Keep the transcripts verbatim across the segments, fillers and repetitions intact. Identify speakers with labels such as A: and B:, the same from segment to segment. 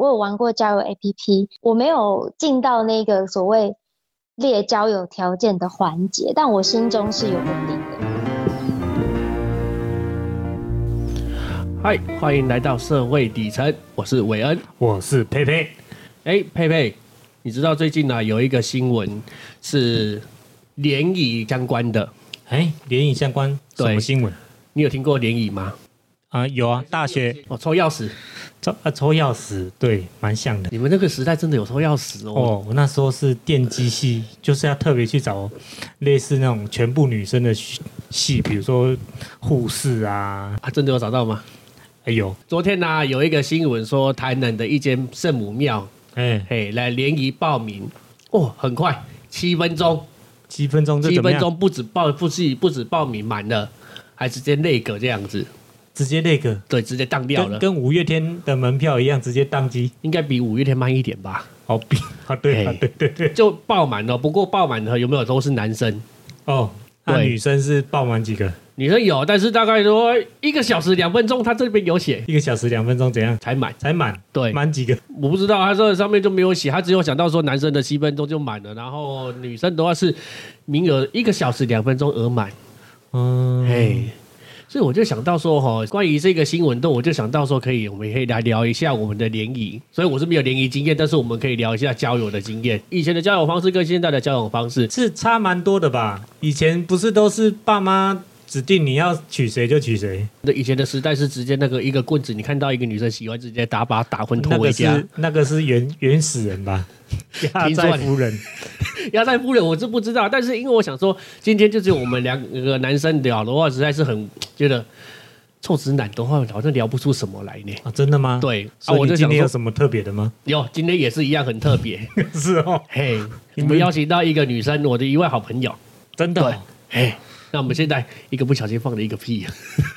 A: 我有玩过交友 A P P， 我没有进到那个所谓列交友条件的环节，但我心中是有个底的。
B: 嗨，欢迎来到社会底层，我是韦恩，
C: 我是佩佩。
B: 哎，佩佩，你知道最近呢、啊、有一个新闻是联谊相关的？
C: 哎，联谊相关什么新闻？
B: 你有听过联谊吗？
C: 啊，有啊，大学
B: 哦，抽钥匙，
C: 抽啊抽钥匙，对，蛮像的。
B: 你们那个时代真的有抽钥匙哦？
C: 哦，我那时候是电机系，就是要特别去找类似那种全部女生的系，比如说护士啊，
B: 啊，真的有找到吗？
C: 哎有，
B: 昨天呢、啊、有一个新闻说，台南的一间圣母庙，哎嘿，来联谊报名，哦，很快，七分钟，
C: 七分钟就
B: 七
C: 怎么样？
B: 分钟不止报不止不止报名满了，还直接内阁这样子，
C: 直接那个，
B: 对，直接当掉了，
C: 跟跟五月天的门票一样，直接当机。
B: 应该比五月天慢一点吧？
C: 哦，比啊对啊对对对，
B: 就爆满了。不过爆满的有没有都是男生？
C: 哦，那
B: 对
C: 女生是报满几个？
B: 女生有，但是大概说一个小时两分钟，他这边有写
C: 一个小时两分钟怎样
B: 才满？
C: 才满？
B: 对，
C: 满几个？
B: 我不知道，他这上面就没有写，他只有讲到说男生的七分钟就满了，然后女生的话是名额一个小时两分钟额满。
C: 嗯，
B: 嘿。所以我就想到说哈，关于这个新闻，我就想到说，可以我们可以来聊一下我们的联谊。所以我是没有联谊经验，但是我们可以聊一下交友的经验。以前的交友方式跟现在的交友方式
C: 是差蛮多的吧？以前不是都是爸妈指定你要娶谁就娶谁？
B: 以前的时代是直接那个一个棍子，你看到一个女生喜欢，直接打把打昏拖回家。
C: 那个是原原始人吧？压寨夫人，
B: 压寨夫人我是不知道，但是因为我想说，今天就只有我们两个男生聊的话，实在是很觉得臭直男的话，好像聊不出什么来呢。
C: 啊，真的吗？
B: 对，
C: 啊，我就今天有什么特别的吗？
B: 有，今天也是一样很特别。
C: 是哦，
B: 嘿，我们邀请到一个女生，我的一位好朋友，
C: 真的、哦。
B: 嘿，那我们现在一个不小心放了一个屁。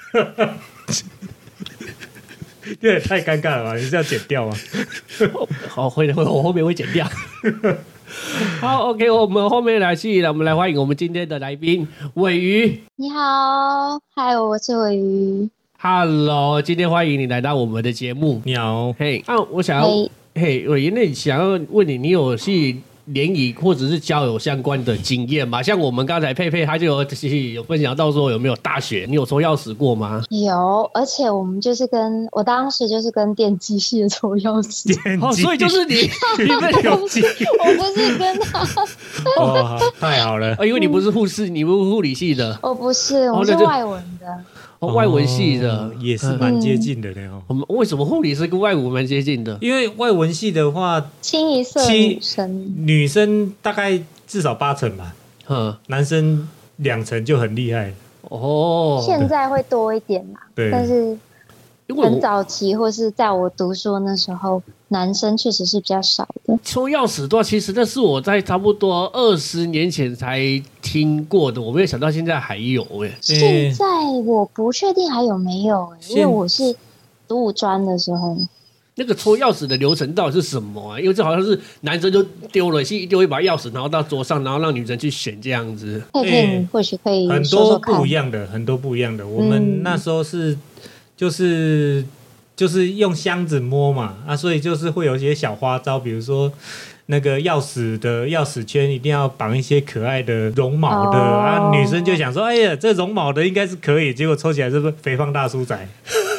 C: 这也太尴尬了吧？你是要剪掉吗？
B: 好，会会，我后面会剪掉。好 ，OK， 我们后面来去，我们来欢迎我们今天的来宾尾鱼。
A: 你好，嗨，我是尾鱼。
B: Hello， 今天欢迎你来到我们的节目。
C: 你好，
B: 嘿，啊，我想要，嘿，尾鱼，那想要问你，你有去联谊或者是交友相关的经验吗？像我们刚才佩佩他就有有分享到说有没有大学，你有抽钥匙过吗？
A: 有，而且我们就是跟我当时就是跟电机系的抽钥匙，
B: 哦，所以就是你，你们有机，
A: 我不是跟他，
C: 哦，好太好了，
B: 哦，因为你不是护士，你不是护理系的，
A: 我不是，我是外文的。
B: 哦，外文系的、
C: 哦、也是蛮接近的呢、哦。
B: 我们为什么护理是跟外文蛮接近的？
C: 因为外文系的话，
A: 清一色女生，
C: 女生大概至少八成吧，
B: 嗯，
C: 男生两成就很厉害。
B: 哦，
A: 现在会多一点啦，
C: 对，
A: 但是很早期或是在我读书那时候，男生确实是比较少的。
B: 抽钥匙的话，其实那是我在差不多二十年前才听过的，我没有想到现在还有哎、欸。
A: 现在我不确定还有没有、欸，因为我是读五专的时候。
B: 那个抽钥匙的流程到底是什么啊？因为这好像是男生就丢了丢一把钥匙，然后到桌上，然后让女生去选这样子。
A: 佩佩，或许可以
C: 很多不一样的，很多不一样的。我们那时候是。就是就是用箱子摸嘛啊，所以就是会有一些小花招，比如说那个钥匙的钥匙圈一定要绑一些可爱的绒毛的、哦、啊，女生就想说，哎呀，这绒毛的应该是可以，结果抽起来是不是肥胖大叔仔？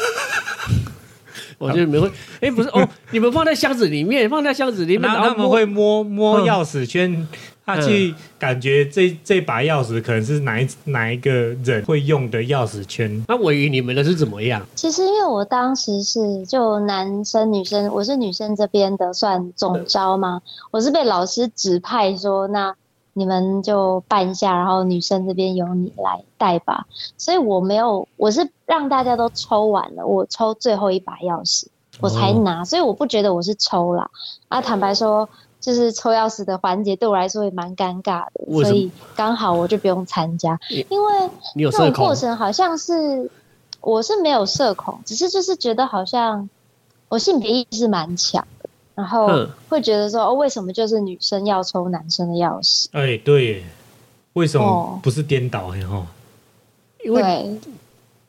B: 我觉得你们会，哎、欸，不是哦，你们放在箱子里面，放在箱子里面，
C: 然后他们会摸摸钥匙圈。他去感觉这这把钥匙可能是哪一哪一个人会用的钥匙圈。
B: 那尾鱼你们的是怎么样？
A: 其实因为我当时是就男生女生，我是女生这边的算总召嘛，我是被老师指派说，那你们就办一下，然后女生这边由你来带吧。所以我没有，我是让大家都抽完了，我抽最后一把钥匙我才拿，哦、所以我不觉得我是抽啦。啊，坦白说。就是抽钥匙的环节对我来说也蛮尴尬的，所以刚好我就不用参加，因为那种过程好像是我是没有社恐，只是就是觉得好像我性别意识蛮强的，然后会觉得说哦，为什么就是女生要抽男生的钥匙？
C: 哎、欸，对耶，为什么不是颠倒？哦，
B: 因为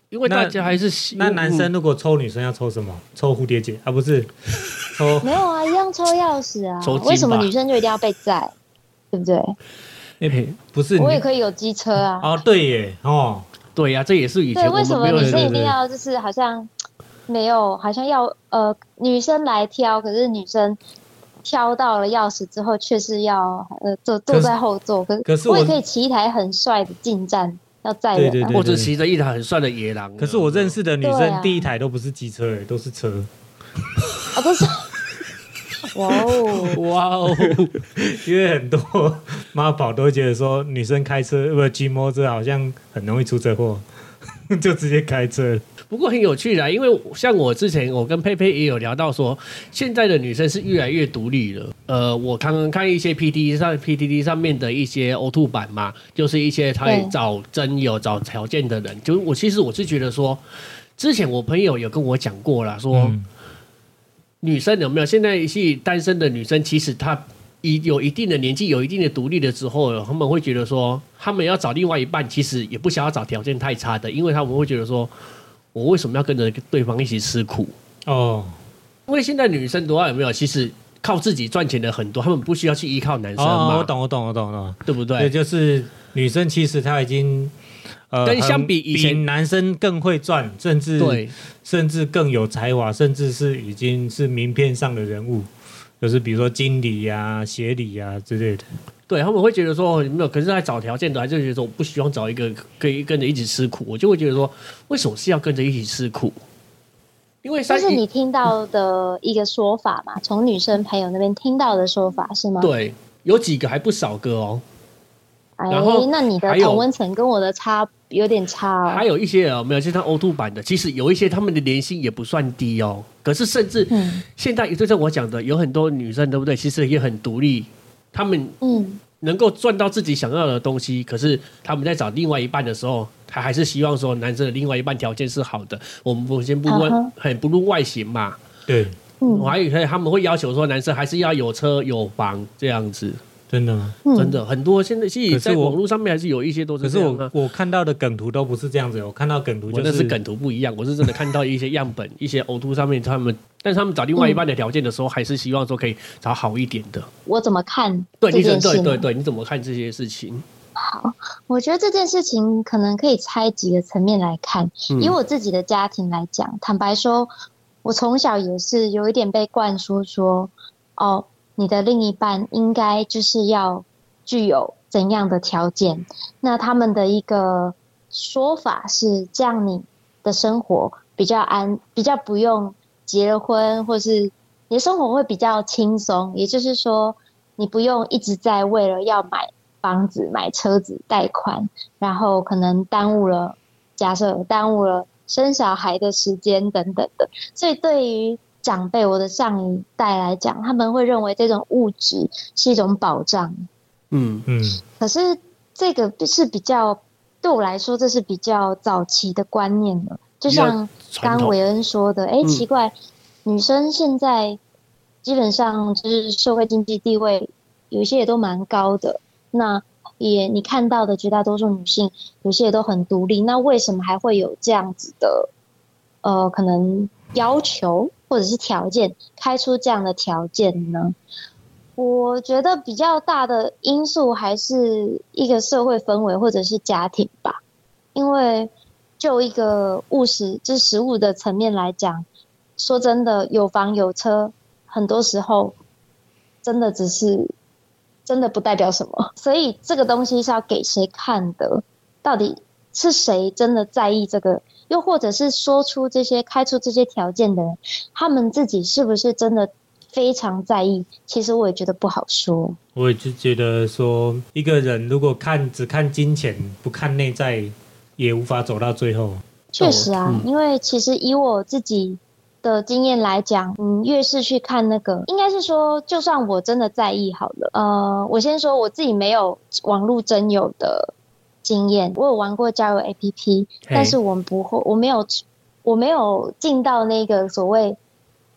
B: 因为大家还是
C: 那男生如果抽女生要抽什么？抽蝴蝶结啊？不是抽
A: 没有啊，一样抽钥匙啊。
B: 抽筋吧
A: 为什么女生就一定要被载？对不对？
C: 欸、不是，
A: 我也可以有机车啊。
C: 哦，对耶，哦，
B: 对呀、啊，这也是以前
A: 对，
B: 我们
A: 为什么
B: 没有
A: 女生一定要就是好像没有，好像要呃女生来挑，可是女生挑到了钥匙之后，却是要呃坐坐在后座，可是
C: 可是我
A: 我也可以骑一台很帅的进站。要载人、啊，
C: 对对对对，
B: 或者骑着一台很帅的野狼。
C: 可是我认识的女
A: 啊
C: 生第一台都不是机车，都是车。
A: 哦，都是。哇哦
B: 哇哦！
C: 因为很多妈宝都会觉得说，女生开车不骑摩托车好像很容易出车祸，就直接开车了。
B: 不过很有趣啦，因为像我之前我跟佩佩也有聊到说，现在的女生是越来越独立了。呃，我刚刚看一些 P T T 上 P T T 上面的一些 O 二 版嘛，就是一些他找真友找条件的人，就我其实我是觉得说，之前我朋友有跟我讲过啦，说、嗯、女生有没有现在是单身的女生，其实她一有一定的年纪，有一定的独立了之后，他们会觉得说，他们要找另外一半，其实也不想要找条件太差的，因为他们会觉得说，我为什么要跟着对方一起吃苦？哦，因为现在女生的话有没有，其实靠自己赚钱的很多，他们不需要去依靠男生嘛。
C: 哦，我懂，我懂，我懂，我懂，
B: 对不对？
C: 对，就是女生其实她已经呃，
B: 跟相比以前
C: 比男生更会赚，甚至
B: 对，
C: 甚至更有才华，甚至是已经是名片上的人物。就是比如说经理呀、啊、协理呀、啊、之类的，
B: 对，他们会觉得说没有，可是在找条件的，还是觉得说我不希望找一个可以跟着一起吃苦，我就会觉得说，为什么是要跟着一起吃苦？因为
A: 这是你听到的一个说法嘛，从女生朋友那边听到的说法是吗？
B: 对，有几个还不少个哦。
A: 哎，那你的同温层跟我的差有点差哦。
B: 还有一些哦，没有，就像 O 二 版的，其实有一些他们的年薪也不算低哦。可是甚至现在，就像我讲的，有很多女生，对不对？其实也很独立，他们嗯能够赚到自己想要的东西。可是他们在找另外一半的时候，他还是希望说男生的另外一半条件是好的。我们不先不论很不论外形嘛，
C: 对，
B: 我还有他们会要求说男生还是要有车有房这样子。
C: 真的吗？
B: 真的很多，现在其实在网络上面还是有一些都是这样、啊。
C: 可是我我看到的梗图都不是这样子，我看到梗图就是
B: 我那是梗图不一样，我是真的看到一些样本，一些欧图上面他们，但是他们找另外一半的条件的时候，嗯、还是希望说可以找好一点的。
A: 我怎么看
B: 对，
A: 这件事？
B: 对对对，你怎么看这些事情？
A: 好，我觉得这件事情可能可以拆几个层面来看。嗯、以我自己的家庭来讲，坦白说，我从小也是有一点被灌输说，哦，你的另一半应该就是要具有怎样的条件？那他们的一个说法是，这样你的生活比较安，比较不用结了婚，或是你的生活会比较轻松。也就是说，你不用一直在为了要买房子、买车子贷款，然后可能耽误了，假设耽误了生小孩的时间等等的。所以对于长辈，我的上一代来讲，他们会认为这种物质是一种保障。嗯嗯，可是这个是比较对我来说，这是比较早期的观念了。就像刚韦恩说的，哎，奇怪，嗯、女生现在基本上就是社会经济地位有一些也都蛮高的，那也你看到的绝大多数女性，有些也都很独立，那为什么还会有这样子的呃可能要求或者是条件，开出这样的条件呢？我觉得比较大的因素还是一个社会氛围或者是家庭吧，因为就一个务实就是实务的层面来讲，说真的，有房有车，很多时候真的只是真的不代表什么，所以这个东西是要给谁看的？到底是谁真的在意这个？又或者是说出这些开出这些条件的人，他们自己是不是真的非常在意？其实我也觉得不好说。
C: 我也就觉得说，一个人如果看只看金钱，不看内在，也无法走到最后。
A: 确实啊，嗯、因为其实以我自己的经验来讲，嗯，越是去看那个，应该是说，就算我真的在意好了，呃，我先说我自己没有网络真友的经验，我有玩过交友 A P P， 但是我们不会，我没有，我没有进到那个所谓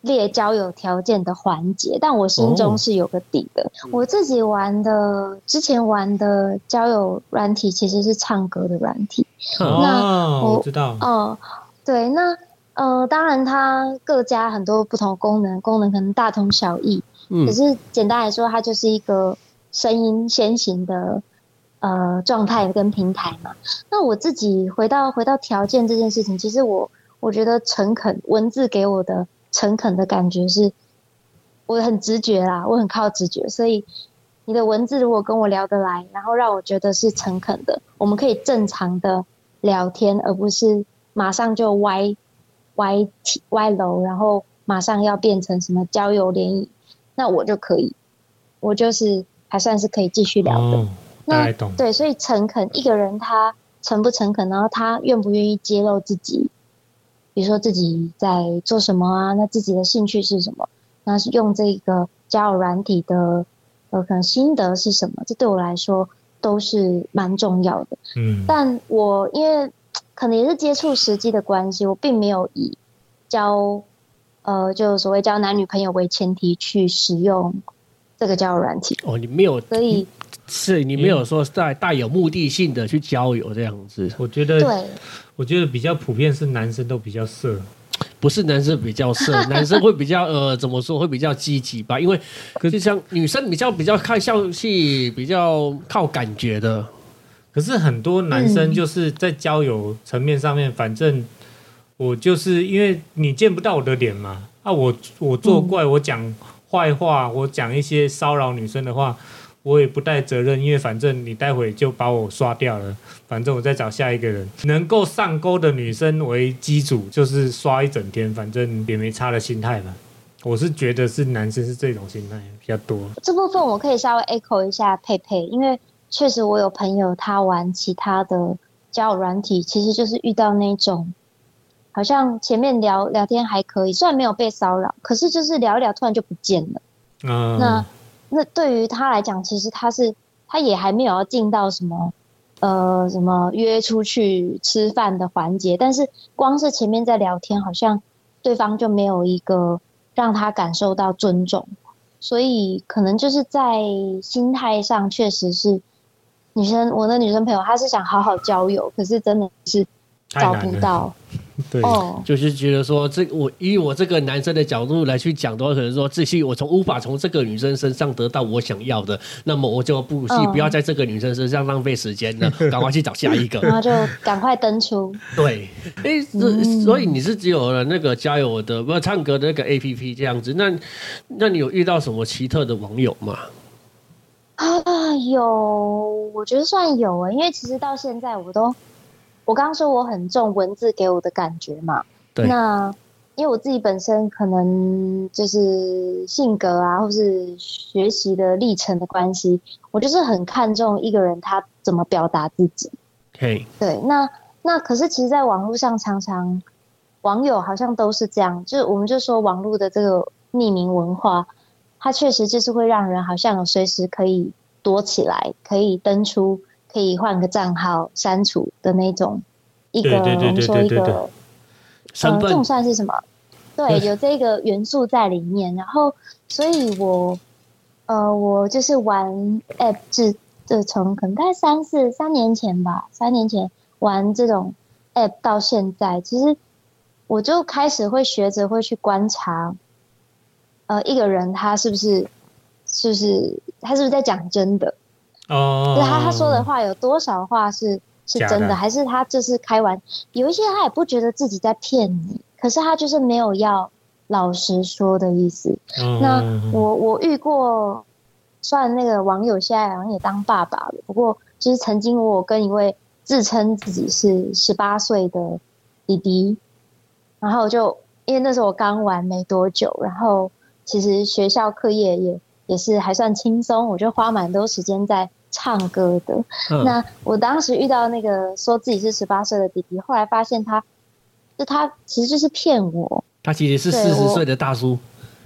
A: 列交友条件的环节，但我心中是有个底的。哦、我自己玩的之前玩的交友软体其实是唱歌的软体。
C: 哦，那 我, 我知道。
A: 哦、呃，对，那呃，当然它各家很多不同的功能，功能可能大同小异。嗯，可是简单来说，它就是一个声音先行的呃状态跟平台嘛。那我自己回到回到条件这件事情，其实我我觉得诚恳，文字给我的诚恳的感觉是，我很直觉啦，我很靠直觉，所以你的文字如果跟我聊得来，然后让我觉得是诚恳的，我们可以正常的聊天，而不是马上就歪歪歪楼，然后马上要变成什么交友联谊，那我就可以，我就是还算是可以继续聊的。
C: 哦、
A: 那对，所以诚恳，一个人他诚不诚恳，然后他愿不愿意揭露自己。比如说自己在做什么啊？那自己的兴趣是什么？那是用这个交友软体的呃，可能心得是什么？这对我来说都是蛮重要的。嗯，但我因为可能也是接触时机的关系，我并没有以交呃，就所谓交男女朋友为前提去使用这个交友软体。
B: 哦，你没有，
A: 所以
B: 是你没有说带带有目的性的去交友这样子。
C: 我觉得
A: 对。
C: 我觉得比较普遍是男生都比较色，
B: 不是男生比较色，男生会比较呃怎么说会比较积极吧，因为就像女生比较比较看笑戏，比较靠感觉的。
C: 可是很多男生就是在交友层面上面，嗯、反正我就是因为你见不到我的脸嘛，啊我我作怪，嗯、我讲坏话，我讲一些骚扰女生的话。我也不带责任，因为反正你待会就把我刷掉了，反正我再找下一个人。能够上钩的女生为基础，就是刷一整天，反正也没差的心态吧。我是觉得是男生是这种心态比较多。
A: 这部分我可以稍微 echo 一下佩佩，因为确实我有朋友他玩其他的交友软体，其实就是遇到那种好像前面聊聊天还可以，虽然没有被骚扰，可是就是聊一聊突然就不见了。嗯，那那对于他来讲，其实他是他也还没有要进到什么呃什么约出去吃饭的环节，但是光是前面在聊天，好像对方就没有一个让他感受到尊重，所以可能就是在心态上确实是女生，我的女生朋友她是想好好交友，可是真的是找不到。
C: 对、
B: 哦，就是觉得说，这我以我这个男生的角度来去讲的话，可能说这些我从无法从这个女生身上得到我想要的，那么我就不惜、嗯、不要在这个女生身上浪费时间了，赶快去找下一个，
A: 然后就赶快登出。
B: 对，哎、嗯，所以你是只有了那个交友的不唱歌的那个 A P P 这样子，那那你有遇到什么奇特的网友吗？
A: 啊，有，我觉得算有诶，因为其实到现在我都。我刚刚说我很重文字给我的感觉嘛，
B: 对，
A: 那因为我自己本身可能就是性格啊，或是学习的历程的关系，我就是很看重一个人他怎么表达自己。
B: Okay.
A: 对，那那可是其实在网络上常常网友好像都是这样，就是我们就说网络的这个匿名文化，它确实就是会让人好像有随时可以躲起来，可以登出。可以换个账号删除的那种一个，我们说一个，呃，这种算是什么？对，有这个元素在里面。然后，所以我，呃，我就是玩 app， 自就从可能大概三四三年前吧，三年前玩这种 app 到现在，其实我就开始会学着会去观察，呃，一个人他是不是，是不是他是不是在讲真的？
C: 哦，
A: 他他说的话有多少话是是真的，还是他就是开玩？有一些他也不觉得自己在骗你，可是他就是没有要老实说的意思。嗯、那我我遇过，虽然那个网友现在好像也当爸爸了，不过就是曾经我跟一位自称自己是十八岁的弟弟，然后就因为那时候我刚玩没多久，然后其实学校课业也。也是还算轻松，我就花蛮多时间在唱歌的。嗯、那我当时遇到那个说自己是十八岁的弟弟，后来发现他，就他其实就是骗我。
B: 他其实是四十岁的大叔。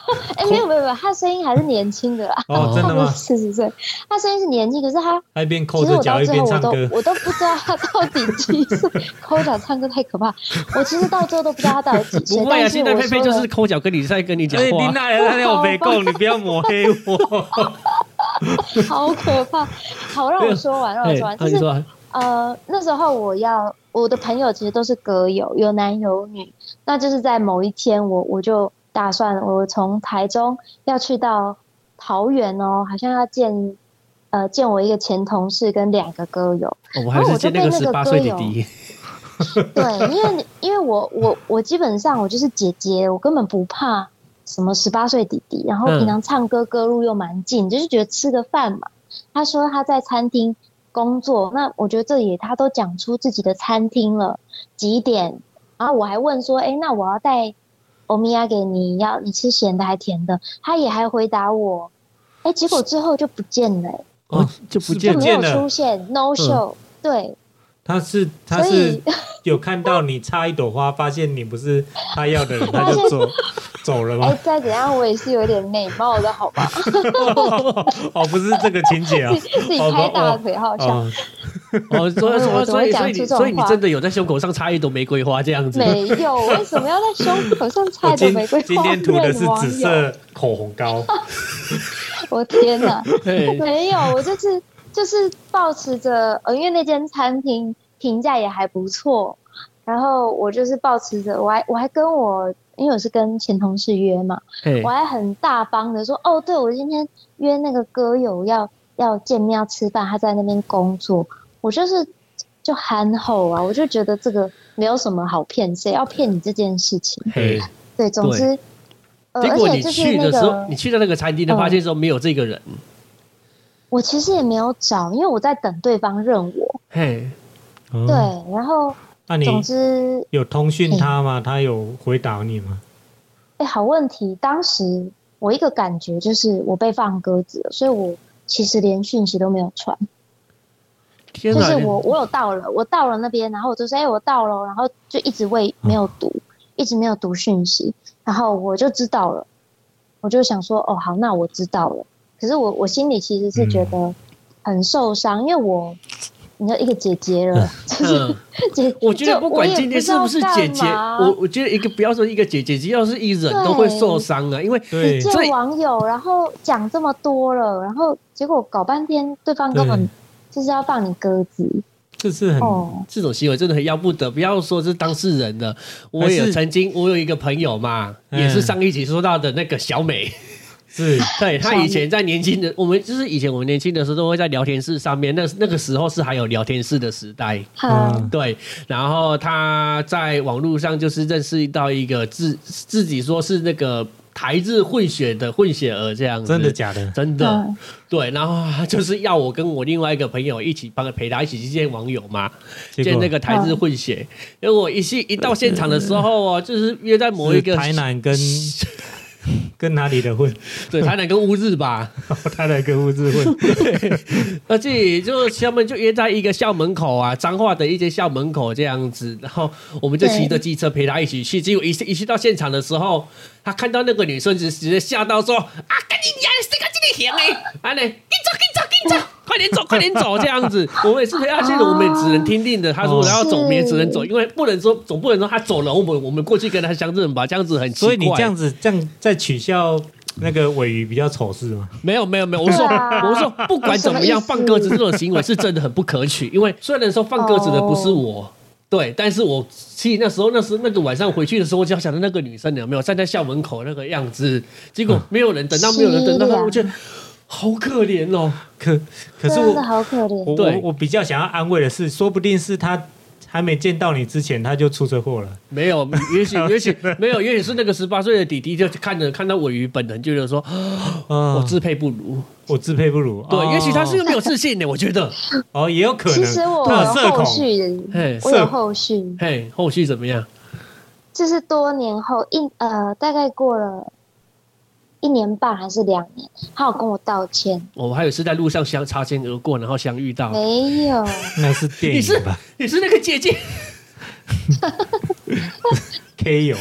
A: 哎、欸，没有没有没有，他声音还是年轻的啦。
C: 哦，真的吗？
A: 四十岁，他声音是年轻，可是他
C: 他一边抠着脚一边唱歌，
A: 我都我都不知道他到底几岁。抠脚唱歌太可怕，我其实到最后都不知道他到底几岁。
B: 不会啊，现在佩佩就是抠脚跟你在跟你讲话。
C: 你那那那我没供，你不要抹黑我。
A: 好可怕！好，让我说完，让我说完，就是呃，那时候我要我的朋友其实都是歌友，有男有女，那就是在某一天我我就打算我从台中要去到桃园哦，好像要见呃见我一个前同事跟两个歌友，
B: 哦、我还是见那个十八岁弟弟。
A: 对，因为因为我我我基本上我就是姐姐，我根本不怕什么十八岁弟弟，然后平常唱歌歌路又蛮近，嗯、就是觉得吃个饭嘛。他说他在餐厅工作，那我觉得这也他都讲出自己的餐厅了几点，然后我还问说，哎，那我要带欧米亚给你，要你吃咸的还甜的？他也还回答我，哎，结果之后就不见了、欸，
B: 哦，就不见
A: 了，就没有出现 ，no show，、嗯、对。
C: 他是他是有看到你插一朵花，发现你不是他要的人，他就走走了吗？
A: 哎，再怎样我也是有点美貌的，好吧？
C: 哦，不是这个情节啊，
A: 自己拍大腿，好笑。
B: 哦，哦所以所以所以所以你所以你真的有在胸口上插一朵玫瑰花这样子？
A: 没有，为什么要在胸口上插一朵玫瑰花？
C: 今天涂的是紫色口红膏。
A: 我天哪！没有，我就是就是抱持着，呃，因为那间餐厅评价也还不错，然后我就是抱持着，我还我还跟我，因为我是跟前同事约嘛，我还很大方的说，哦，对，我今天约那个歌友要要见面要吃饭，他在那边工作，我就是就憨厚啊，我就觉得这个没有什么好骗，谁要骗你这件事情？对，总之。
B: 结果你去的时候，呃、你去到那个餐厅，发现说没有这个人、嗯。
A: 我其实也没有找，因为我在等对方认我。嘿，嗯、对，然后，
C: 那你
A: 总之
C: 有通讯他吗？他有回答你吗？
A: 哎、欸，好问题。当时我一个感觉就是我被放鸽子了，所以我其实连讯息都没有传。就是我我有到了，我到了那边，然后我就说，哎、欸，我到了，然后就一直未没有读。嗯一直没有读讯息，然后我就知道了，我就想说，哦，好，那我知道了。可是我我心里其实是觉得很受伤，嗯、因为我，你知道一个姐姐了，就是、嗯、姐，
B: 我觉得不管今天是不是姐姐，我我觉得一个不要说一个姐姐，只要是一人都会受伤啊，因为
A: 你见网友，然后讲这么多了，然后结果搞半天，对方根本就是要放你鸽子。
C: 这是很、
A: 哦、
B: 这种行为真的很要不得，不要说是当事人的，我也曾经我有一个朋友嘛，也是上一集说到的那个小美，
C: 是
B: 对他以前在年轻的，我们就是以前我们年轻的时候都会在聊天室上面，那那个时候是还有聊天室的时代，
A: 嗯，
B: 对，然后他在网络上就是认识到一个自自己说是那个。台日混血的混血儿这样子，
C: 真的假的？
B: 真的，嗯、对。然后他就是要我跟我另外一个朋友一起帮陪他一起去见网友嘛，见那个台日混血。因为我一去一到现场的时候哦，就是约在某一个
C: 台南跟跟哪里的混？
B: 对，台南跟乌日吧，
C: 台南跟乌日混。
B: 对，而且就他们就约在一个校门口啊，彰化的一间校门口这样子，然后我们就骑着机车陪他一起去。结果一一去到现场的时候。他看到那个女生，直接吓到说：“啊，赶紧呀，谁敢这里行哎？啊呢，紧走，紧走，紧走，快点走，快点走！”这样子，我们也是陪他去的，我们也只能听令的。他说我要走，我们也只能走，因为不能说，总不能说他走了，我们我们过去跟他相认吧，这样子很奇怪。
C: 所以你这样子，这样在取笑那个尾鱼比较丑是吗？
B: 没有，没有，没有。我说，我说，不管怎么样，放鸽子这种行为是真的很不可取，因为虽然说放鸽子的不是我。对，但是我其实那时候，那时那个晚上回去的时候，我就想到那个女生有没有站在校门口那个样子，结果没有人等到，没有人等到，我觉得好可怜哦。
C: 可可是我
A: 真的好可怜。
C: 我我我比较想要安慰的是，说不定是他还没见到你之前，他就出车祸了。
B: 没有，也许也许没有，也许是那个十八岁的弟弟就看着看到尾鱼本人，就觉得说，哦、我自配不如。
C: 我自配不如，
B: 对，
C: 哦、
B: 也许他是个没有自信的，我觉得，
C: 哦，也有可能。
A: 其实我有后续，我有后续，
B: 嘿，后续怎么样？
A: 就是多年后一呃，大概过了一年半还是两年，他有跟我道歉。
B: 我还以为是在路上相擦肩而过，然后相遇到，
A: 没有，
C: 那是电影吧？
B: 你是你是那个姐姐。
C: K 友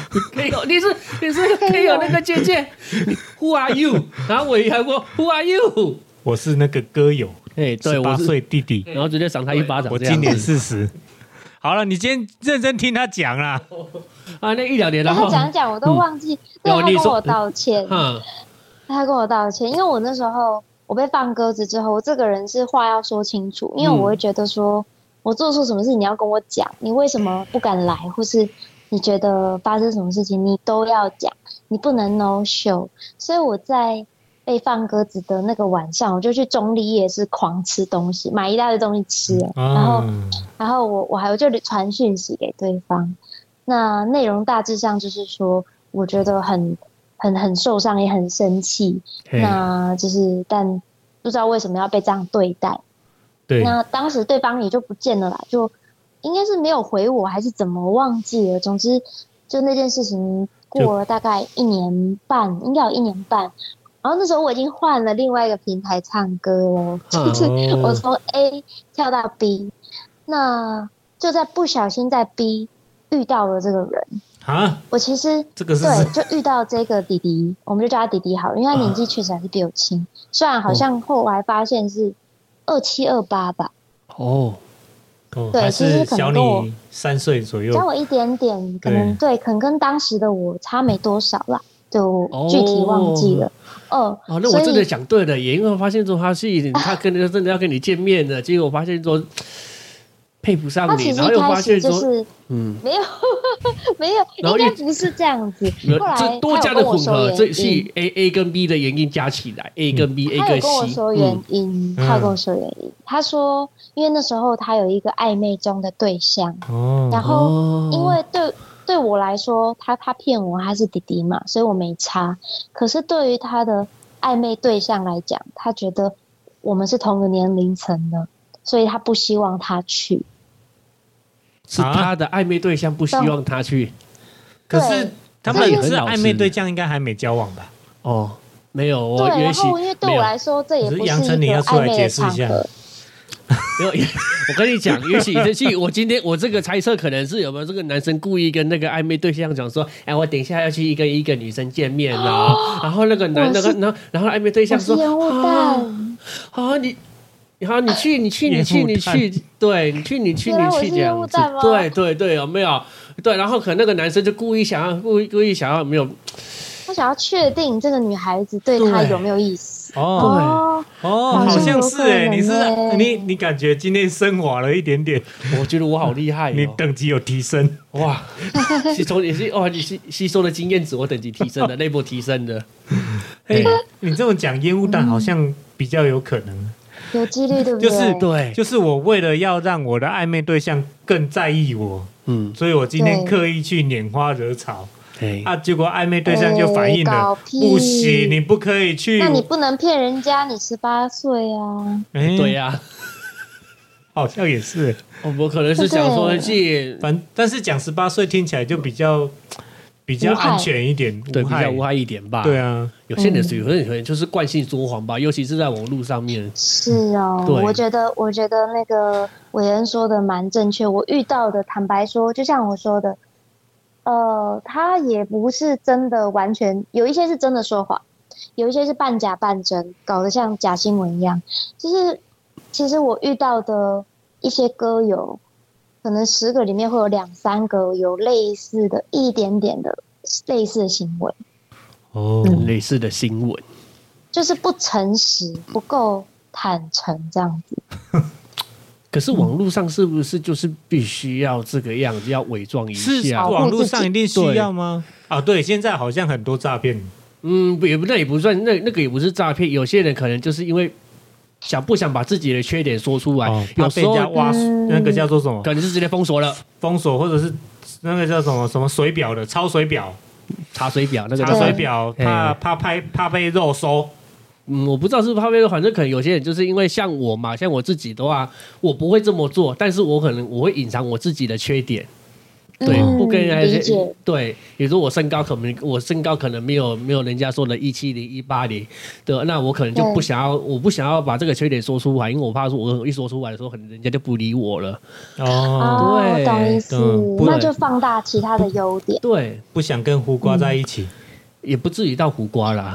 B: 可以有，你是你是可以有那个姐姐 ，Who are you？ 然后我也还过 Who are you？
C: 我是那个歌友，
B: 哎，对，
C: 十八岁弟弟，
B: 然后直接赏他一巴掌。
C: 我今年四十。好了，你今天认真听他讲啦。
B: 啊，那一两年，然后
A: 他讲讲我都忘记，对他跟我道歉，他跟我道歉，因为我那时候我被放鸽子之后，我这个人是话要说清楚，因为我会觉得说我做错什么事你要跟我讲，你为什么不敢来，或是你觉得发生什么事情你都要讲，你不能 no show。所以我在被放鸽子的那个晚上，我就去中立夜市狂吃东西，买一大堆东西吃，啊、然后然后我我还有就传讯息给对方，那内容大致上就是说，我觉得很很很受伤，也很生气，那就是但不知道为什么要被这样对待。
C: 对，
A: 那当时对方也就不见了啦，就应该是没有回我，还是怎么忘记了。总之，就那件事情过了大概一年半，应该有一年半。然后那时候我已经换了另外一个平台唱歌了，就是我从 A 跳到 B， 那就在不小心在 B 遇到了这个人
C: 啊。
A: 我其实
C: 这个是
A: 对，就遇到这个弟弟，我们就叫他弟弟好了，因为他年纪确实还是比我轻，虽然好像后来发现是二七二八吧。
B: 哦。
C: 哦，
A: 对，
C: 其实小你三岁左右，
A: 小我一点点，可能 对, 对，可能跟当时的我差没多少啦，就具体忘记了。哦，
B: 哦，那我真的想对了，也因为我发现说他是他跟真的要跟你见面的，结果我发现说配不上你，然后又发现说，
A: 就是嗯，没有没有，应该不是这样子。后来
B: 这多加的混合，这是 A A 跟 B 的原因加起来 ，A 跟 B，A 跟 C。
A: 他有跟我说原因，他有跟我说原因，他说因为那时候他有一个暧昧中的对象，哦，然后因为对。对我来说，他他骗我，他是弟弟嘛，所以我没差。可是对于他的暧昧对象来讲，他觉得我们是同个年龄层的，所以他不希望他去。
B: 是他的暧昧对象不希望他去，
C: 可是他们是暧昧对象，应该还没交往吧？
B: 哦，没有，我
A: 对，然后因为对我来说，这也不是一个暧昧的场合。
B: 没有，我跟你讲，也许也许我今天我这个猜测可能是有没有这个男生故意跟那个暧昧对象讲说，哎，我等一下要去一个一个女生见面啊，然后那个男的，然后然后暧昧对象说，
A: 啊，
B: 啊你，好你去你去你去你去，对你去你去你去这样子，对对对，有没有？对，然后可能那个男生就故意想要故意故意想要没有，
A: 他想要确定这个女孩子对他有没有意思。
C: 哦哦，好像是哎，你是你你感觉今天升华了一点点，
B: 我觉得我好厉害，
C: 你等级有提升
B: 哇！吸收也是哇，你吸吸收的经验值我等级提升了，内部提升的。
C: 哎，你这么讲烟雾弹好像比较有可能，
A: 有几率对不对？
C: 就是对，就是我为了要让我的暧昧对象更在意我，嗯，所以我今天刻意去拈花惹草。啊！结果暧昧对象就反应了，不行，你不可以去。
A: 那你不能骗人家，你十八岁啊！
B: 哎，对呀，
C: 好像也是。
B: 我可能是想说去，
C: 反但是讲十八岁听起来就比较比较安全一点，
B: 对，比较无害一点吧。
C: 对啊，
B: 有些人有些人就是惯性说谎吧，尤其是在网络上面。
A: 是哦，我觉得我觉得那个伟恩说的蛮正确。我遇到的，坦白说，就像我说的。呃，他也不是真的完全，有一些是真的说谎，有一些是半假半真，搞得像假新闻一样。就是其实我遇到的一些歌友，可能十个里面会有两三个有类似的一点点的类似的行为。
B: 哦，嗯、类似的新闻，
A: 就是不诚实，不够坦诚这样子。
B: 可是网络上是不是就是必须要这个样子，要伪装一下？
C: 是网络上一定需要吗？啊，对，现在好像很多诈骗。
B: 嗯，也不那也不算，那那个也不是诈骗。有些人可能就是因为想不想把自己的缺点说出来，哦、
C: 有时候被人家挖、嗯、那个叫做什么？
B: 可能是直接封锁了，
C: 封锁或者是那个叫什么什么水表的抄水表、
B: 查水表那个
C: 查水表，怕怕拍怕被肉收。
B: 嗯，我不知道是不是怕被，反正可能有些人就是因为像我嘛，像我自己的话，我不会这么做，但是我可能我会隐藏我自己的缺点， 对，
A: 嗯
B: 不跟人家
A: 理解
B: 对，比如说我身高可能我身高可能没有没有人家说的一七零一八零的，那我可能就不想要，我不想要把这个缺点说出来，因为我怕说我一说出来的时候，可能人家就不理我了。
C: 哦，
A: 哦，
B: 对
A: 懂意思
C: 嗯，
A: 那就放大其他的优点。
B: 对，
C: 不想跟胡瓜在一起。
B: 也不至于到胡瓜啦。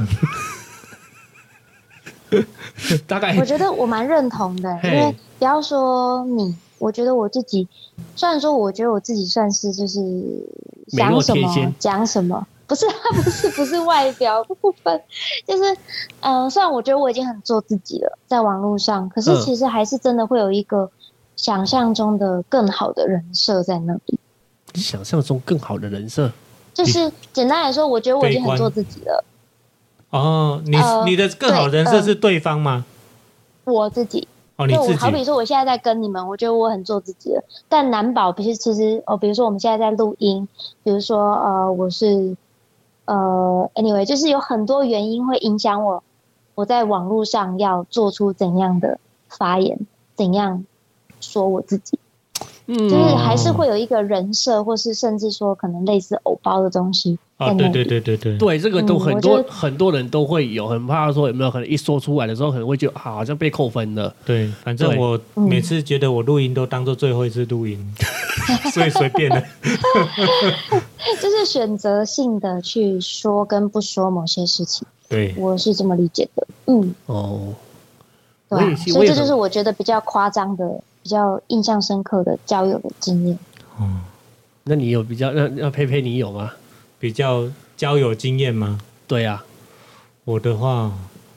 B: 大概
A: 我觉得我蛮认同的，因
B: 嘿
A: 为不要说你，我觉得我自己，虽然说我觉得我自己算是就是
B: 美若
A: 想什
B: 天仙
A: 么讲什么，不是不是不是外表部分，就是嗯、呃，虽然我觉得我已经很做自己了，在网络上，可是
B: 嗯
A: 其实还是真的会有一个想象中的更好的人设在那里。
B: 想象中更好的人设。
A: 就是简单来说，我觉得我已经
C: 悲观
A: 很做自己了，
C: 哦，你、
A: 呃
C: 你的更好人设是对方吗？
A: 我自己。
C: 哦，你
A: 就我
C: 自己。
A: 好比说，我现在在跟你们，我觉得我很做自己了，但难保不是其实哦，比如说我们现在在录音，比如说呃，我是呃，anyway，就是有很多原因会影响我，我在网络上要做出怎样的发言，怎样说我自己，
B: 嗯，
A: 就是还是会有一个人设，或是甚至说可能类似偶包的东西在
C: 哦，
A: 那里。
C: 对对对对对。
B: 对，这个都
A: 嗯
B: 很多、
A: 我觉得
B: 很多人都会有，很怕说有没有可能一说出来的时候，可能会觉得、啊、好像被扣分了。
C: 对，反正
B: 对
C: 我每次觉得我录音都当做最后一次录音，所以随便了。
A: 就是选择性的去说跟不说某些事情，
C: 对，
A: 我是这么理解的。嗯。
B: 哦，
A: 对啊，
B: 我也是我也很
A: 所以这就是我觉得比较夸张的、比较印象深刻的交友的经验。
C: 哦，
B: 那你有比较那那佩佩你有吗？
C: 比较交友经验吗？
B: 对啊，
C: 我的话，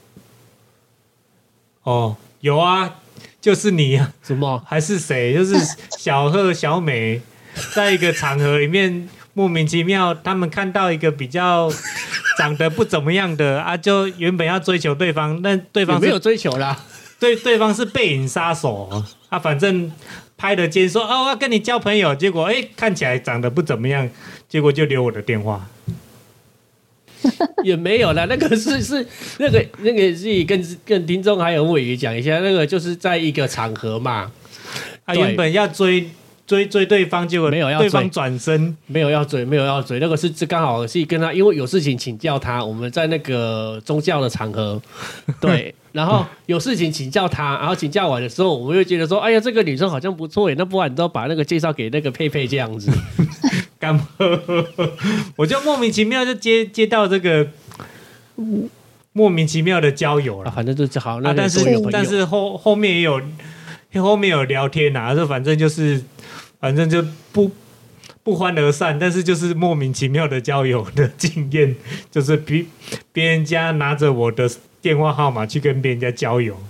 C: 哦，有啊，就是你啊，
B: 什么？
C: 还是谁？就是小贺、小美，在一个场合里面莫名其妙，他们看到一个比较长得不怎么样的啊，就原本要追求对方，但对方是
B: 有没有追求啦？
C: 对对方是背影杀手啊，反正拍了肩说哦，我要跟你交朋友，结果哎看起来长得不怎么样，结果就留我的电话。
B: 也没有啦，那个是是那个那个是跟跟听众还有伟宇讲一下，那个就是在一个场合嘛，
C: 他、
B: 对
C: 原本要追追追对方，结果
B: 没有要追
C: 对方转身，
B: 没有要追，没有要追，那个是这刚好是跟他因为有事情请教他，我们在那个宗教的场合，对，然后有事情请教他，然后请教完的时候，我们就觉得说，哎呀，这个女生好像不错耶，那不然你都把那个介绍给那个佩佩这样子，
C: 干嘛？我就莫名其妙就接接到这个莫名其妙的交友
B: 啊，
C: 了。
B: 反正就是好，那
C: 啊，但
B: 个都有朋友
C: 是但是后后面也有后面有聊天啊，这反正就是反正就不不欢而散，但是就是莫名其妙的交友的经验，就是别别人家拿着我的电话号码去跟别人家交友，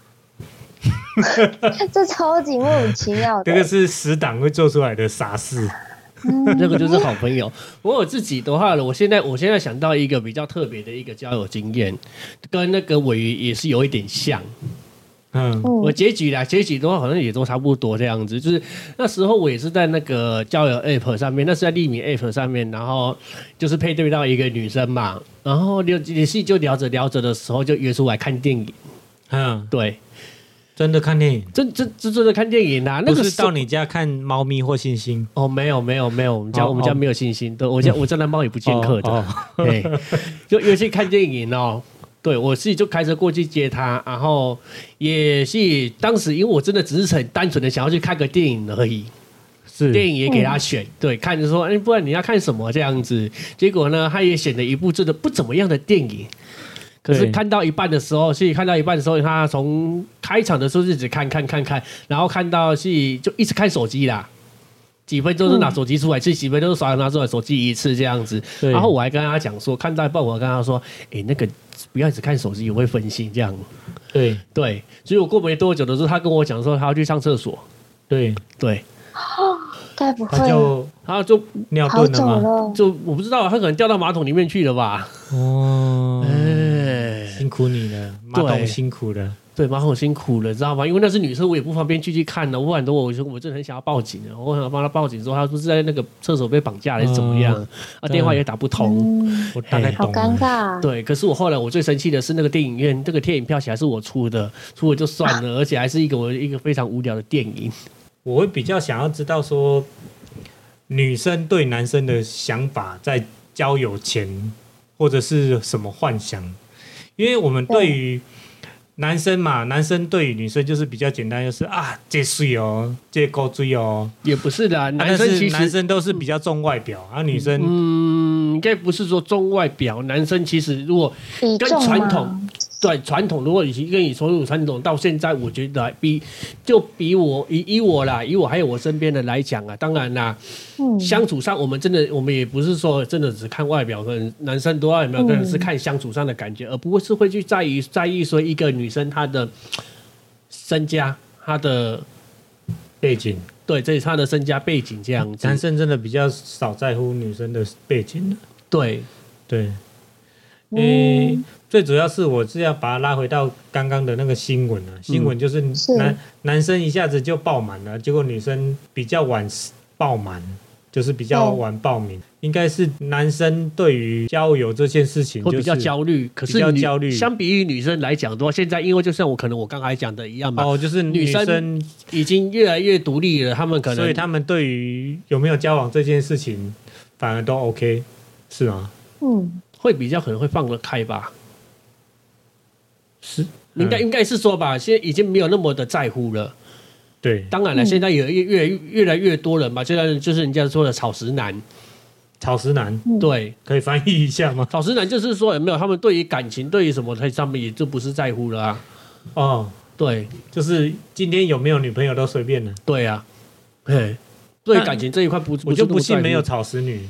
A: 这超级莫名其妙的。
C: 这个是死党会做出来的傻事。
B: 那个就是好朋友。我我自己的话呢，我现在我现在想到一个比较特别的一个交友经验，跟那个尾鱼也是有一点像。
C: 嗯，
B: 我
A: 嗯
B: 结局啦，结局的话好像也都差不多这样子。就是那时候我也是在那个交友 App 上面，那是在匿名 App 上面，然后就是配对到一个女生嘛，然后聊也是就聊着聊着的时候就约出来看电影。
C: 嗯，
B: 对，
C: 真的看电影，
B: 真真真真的看电影啊，那个时候
C: 不是到你家看猫咪或猩猩。
B: 哦，没有没有没有，我们家、
C: 哦
B: 我们家没有星星，对我家我家的猫也不见客的，
C: 哦
B: 对，就尤其看电影哦。对，我自己就开车过去接他，然后也是当时因为我真的只是很单纯的想要去看个电影而已，
C: 是
B: 电影也给他选，对，看着说，哎，不然你要看什么这样子？结果呢，他也选了一部真的不怎么样的电影。可是
C: 对
B: 看到一半的时候，是看到一半的时候，他从开场的时候就一直看看看看，然后看到是就一直看手机啦。几分钟就拿手机出来，这、嗯、几分钟就刷拿出来手机一次这样子。然后我还跟他讲说，看到一半我跟他说，哎，那个不要一直看手机，也会分心这样。
C: 对
B: 对，所以我过没多久的时候，他跟我讲说他要去上厕所。
C: 对
B: 对，
A: 该不会
C: 他就
B: 他就
C: 尿
A: 跑走
C: 遁了吗？
A: 了？
B: 就我不知道，他可能掉到马桶里面去了吧？
C: 哦，
B: 哎，
C: 辛苦你了，马桶辛苦了。
B: 对，马桶辛苦了，知道吗？因为那是女生，我也不方便去去看的。不然的话，我我真的很想要报警的。我想帮他报警，说他不是在那个厕所被绑架还是怎么样？
C: 嗯、
B: 啊，电话也打不通。
A: 嗯、
C: 我大概懂了。
A: 好尴尬。
B: 对，可是我后来我最生气的是那个电影院，这个电影票钱还是我出的，出了就算了，而且还是一个我一个非常无聊的电影。
C: 我会比较想要知道说， 女生对男生的想法在交友前或者是什么幻想？因为我们对于男生嘛，男生对于女生就是比较简单，就是啊，这水哦，这高追哦，
B: 也不是的、啊，男
C: 生
B: 其实、
C: 啊、男生都是比较重外表，而、啊、女生
B: 嗯，应该不是说重外表，男生其实如果跟传统。对传统，如果以前跟你说传统到现在，我觉得比就比我以以我啦，以我还有我身边的来讲啊，当然啦，嗯、相处上我们真的我们也不是说真的只看外表，可能男生多有没有，可能是看相处上的感觉，嗯、而不是会去在意在意说一个女生她的身家、她的
C: 背景，
B: 对，这是她的身家背景这样子。
C: 男生真的比较少在乎女生的背景，
B: 对
C: 对，诶、欸。嗯最主要是我是要把它拉回到刚刚的那个新闻啊，新闻就是男、嗯、男生一下子就爆满了，结果女生比较晚爆满，就是比较晚报名。嗯、应该是男生对于交友这件事情、就是、
B: 会比较焦虑，可是比较焦虑。相比于女生来讲的话，现在因为就像我可能我刚才讲的一样嘛，
C: 哦，就是女生
B: 已经越来越独立了，他们可能
C: 所以他们对于有没有交往这件事情反而都 OK， 是吗？
A: 嗯，
B: 会比较可能会放得开吧。是，应该应该是说吧，现在已经没有那么的在乎了。
C: 对，
B: 当然了，嗯、现在也越越越来越多人嘛，现在就是人家说的草食男。
C: 草食男，
B: 对，
C: 可以翻译一下吗？
B: 草食男就是说有没有他们对于感情，对于什么在上面也就不是在乎了啊。
C: 哦，
B: 对，
C: 就是今天有没有女朋友都随便了。
B: 对啊，嘿，对感情这一块不，
C: 我就不信没有草食女。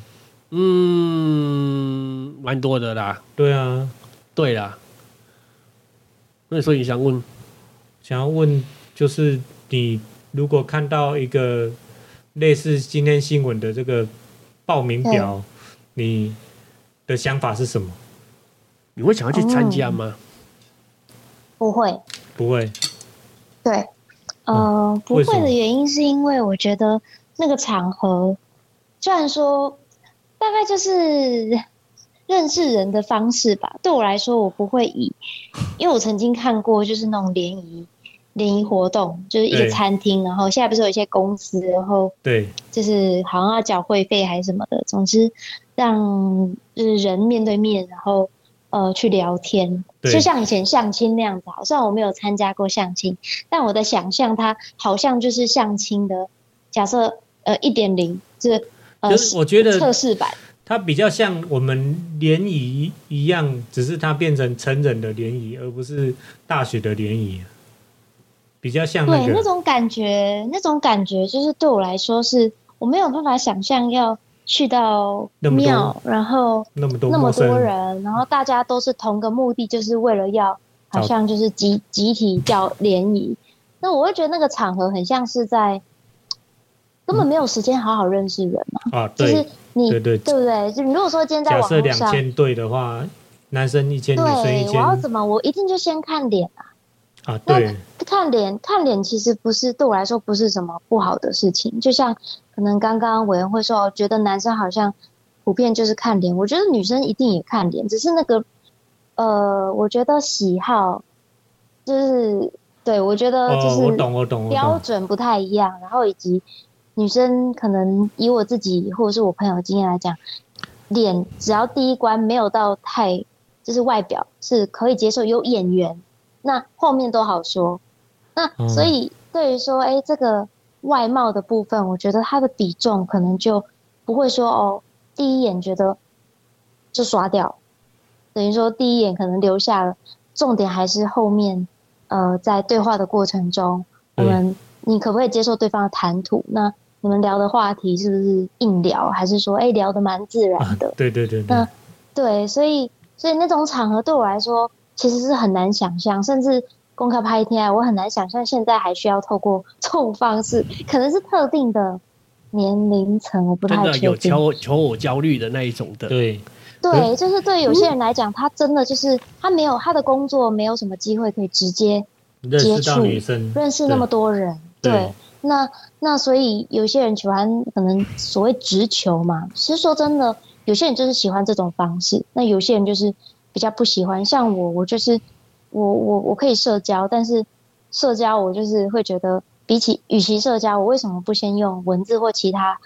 B: 嗯，蛮多的啦。
C: 对啊，
B: 对啦。那所以你想问，
C: 想要问就是你如果看到一个类似今天新闻的这个报名表，你的想法是什么？
B: 你会想要去参加吗？
A: 嗯、不会，
C: 不会。
A: 对，呃，
C: 嗯、
A: 不会的原因是因为我觉得那个场合，虽然说大概就是认识人的方式吧，对我来说，我不会以，因为我曾经看过，就是那种联谊联谊活动，就是一个餐厅，然后现在不是有一些公司，然后
C: 对，
A: 就是好像要缴会费还是什么的，总之让就是人面对面，然后呃去聊天，就像以前相亲那样子。虽然我没有参加过相亲，但我的想象它好像就是相亲的，假设呃一点零，就是呃
C: 就是我觉得
A: 测试版。
C: 它比较像我们联谊一样，只是它变成成人的联谊，而不是大学的联谊，比较像那个。
A: 对，那种感觉，那种感觉就是对我来说是，我没有办法想象要去到庙，然后
C: 那么多
A: 那么多人，然后大家都是同个目的，就是为了要好像就是集集体叫联谊。那我会觉得那个场合很像是在根本没有时间好好认识人嘛。
C: 啊，对。
A: 就是你
C: 对对
A: 对不对？就如果说今天在网络上，
C: 假设两千对的话，男生一千，女生一千，
A: 对，我要怎么？我一定就先看脸啊！
C: 啊，对，
A: 看脸，看脸其实不是对我来说不是什么不好的事情。就像可能刚刚委员会说，觉得男生好像普遍就是看脸，我觉得女生一定也看脸，只是那个呃，我觉得喜好就是对我觉得就是
C: 我懂我懂
A: 标准不太一样，然后以及。女生可能以我自己或者是我朋友的经验来讲，脸只要第一关没有到太就是外表是可以接受，有眼缘，那后面都好说。那所以对于说，哎、欸，这个外貌的部分，我觉得它的比重可能就不会说哦，第一眼觉得就刷掉，等于说第一眼可能留下了，重点还是后面呃在对话的过程中，我们你可不可以接受对方的谈吐？那你们聊的话题是不是硬聊，还是说，哎、欸，聊得蛮自然的、啊？
C: 对对对对。
A: 那对，所以所以那种场合对我来说其实是很难想象，甚至公开拍天，我很难想象现在还需要透过这种方式，可能是特定的年龄层，我不太确定。
B: 真的有求求偶焦虑的那一种的。
C: 对
A: 对，就是对有些人来讲，他真的就是他没有他的工作没有什么机会可以直接接触
C: 女生，
A: 认识那么多人，对。对那那所以有些人喜欢可能所谓直球嘛，其实说真的，有些人就是喜欢这种方式，那有些人就是比较不喜欢。像我，我就是我我我可以社交，但是社交我就是会觉得，比起与其社交，我为什么不先用文字或其他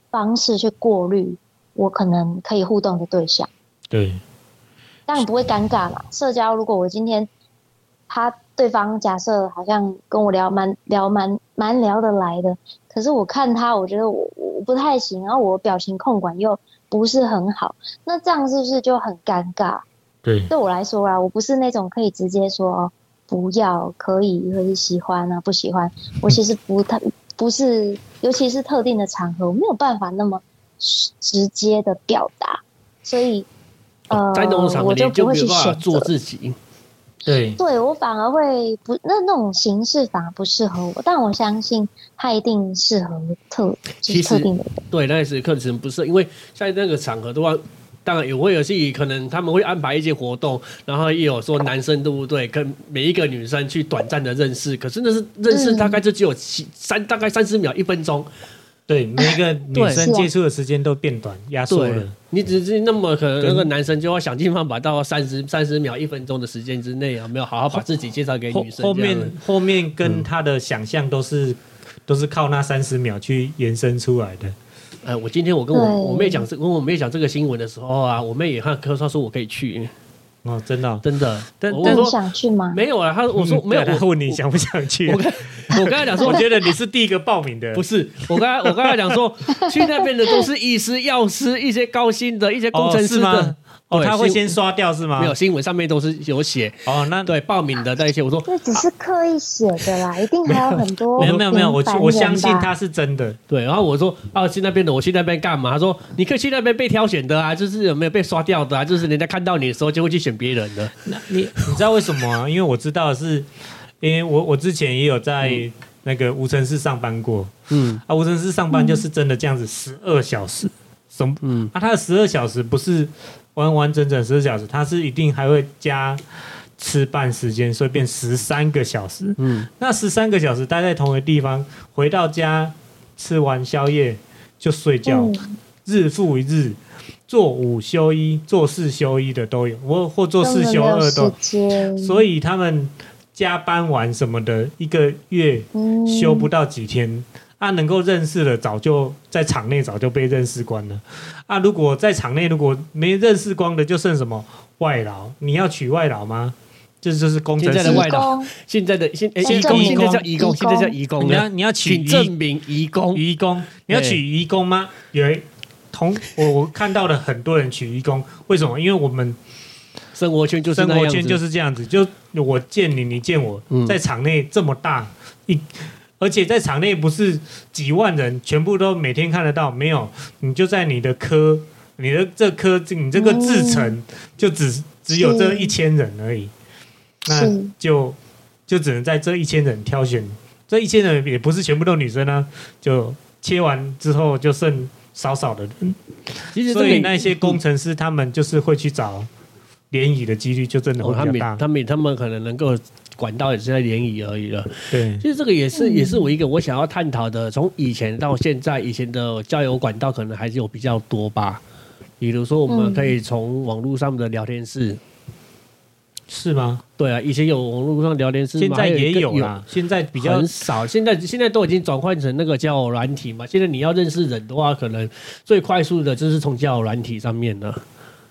A: 方式去过滤我可能可以互动的对象。
C: 对，
A: 当然不会尴尬嘛。社交如果我今天他对方假设好像跟我聊蛮聊蛮蛮聊得来的，可是我看他，我觉得我我不太行，然后我表情控管又不是很好，那这样是不是就很尴尬？
C: 对，
A: 对我来说啦，我不是那种可以直接说哦不要、可以或是喜欢啊、不喜欢。我其实不太不是，尤其是特定的场合，我没有办法那么直接的表达，所以呃，
B: 在那种场合
A: 我就不会去
B: 你就没有办法
A: 选择。
B: 做自己。
C: 对，
A: 对，我反而会不那那种形式反而不适合我，但我相信它一定适合特就是
B: 其实
A: 特定的人。
B: 对，那也是课程不是，因为在那个场合的话，当然也会有些可能他们会安排一些活动，然后也有说男生对不对，跟每一个女生去短暂的认识，可是那是认识大概就只有七三大概三十秒一分钟。
C: 对，每一个女生
A: 是啊
C: 接触的时间都变短，压缩
B: 对
C: 了。，
B: 你只是那么可能
C: 跟
B: 那个男生就要想尽办法到三十三十秒一分钟的时间之内，有没有好好把自己介绍给
C: 后
B: 女生？
C: 后
B: 这样
C: 面后面跟他的想象都是、都是靠那三十秒去延伸出来的。
B: 呃，我今天我跟我
A: 对
B: 我妹讲这跟我妹讲这个新闻的时候啊，我妹也看科她说我可以去，
C: 哦，真的哦、
B: 真的。
C: 但
B: 我
A: 那你
B: 说
A: 想去吗？
B: 没有啊，她我说
C: 嗯
B: 没有，
C: 对他
B: 我
C: 问你想不想去
B: 我？跟我跟她讲说
C: 我，觉得你是第一个报名的，
B: 不是，我刚才我刚才讲说，去那边的都是医师、药师，一些高薪的一些工程师的。
C: 哦是吗？哦，
B: 对
C: 他会
B: 新
C: 先刷掉是吗？
B: 没有新闻上面都是有写，
C: 哦，那
B: 对报名的那些，我说
A: 这只是刻意写的啦，一定还有很多
C: 没有没有没有，我
A: 平凡人吧
C: 我相信他是真的。
B: 对，然后我说啊，去那边的，我去那边干嘛？他说你可以去那边被挑选的啊，就是有没有被刷掉的啊，就是人家看到你的时候就会去选别人的。
C: 那你你知道为什么啊？因为我知道的是，因为我我之前也有在那个无尘室上班过
B: 嗯
C: 啊，无尘室上班就是真的这样子十二小时，什么
B: 嗯，
C: 啊？他的十二小时不是完完整整十二小时，他是一定还会加吃饭时间，所以变十三个小时。
B: 嗯，
C: 那十三个小时待在同一个地方，回到家吃完宵夜就睡觉，
A: 嗯
C: 日复一日，做五休一，做四休一的都有，我或做四休二都有。
A: 时间，
C: 所以他们加班完什么的，一个月
A: 嗯
C: 休不到几天。啊，能够认识的早就在场内早就被认识光了。啊，如果在场内如果没认识光的，就剩什么外劳？你要娶外劳吗？这就是工程师
B: 现在的外劳
A: 义工
B: 现在的现哎
A: 现
B: 移工，
A: 在移工
B: 现在叫移工，
A: 移
B: 现在叫
A: 工
B: 移工
C: 你要
B: 了，
C: 你要娶
B: 请
C: 移
B: 证明移工。
C: 移工，你要
B: 对
C: 娶移工吗？有一同我我看到了很多人娶移工，为什么？因为我们
B: 生活圈就是
C: 生
B: 那样子，
C: 活圈就是这样子，就我见你，你见我，
B: 嗯
C: 在场内这么大一，而且在场内不是几万人全部都每天看得到，没有，你就在你的科，你的这科，你这个制程就只只有这一千人而已，那
A: 是
C: 就就只能在这一千人挑选，这一千人也不是全部都女生啊，就切完之后就剩少少的人，
B: 其实这个
C: 所以那些工程师他们就是会去找联谊的几率就真的
B: 哦，他们
C: 会比较大。
B: 他们他们可能能够管道也是在联谊而已了。
C: 对，
B: 其实这个也是
A: 嗯
B: 也是我一个我想要探讨的，从以前到现在，以前的交友管道可能还是有比较多吧。比如说，我们可以从网络上的聊天室，
C: 是吗？
B: 对啊，以前有网络上聊天室嘛，
C: 现在也
B: 还有一个
C: 有啦，现在比较
B: 很少。现在现在都已经转换成那个交友软体嘛。现在你要认识人的话，可能最快速的就是从交友软体上面了。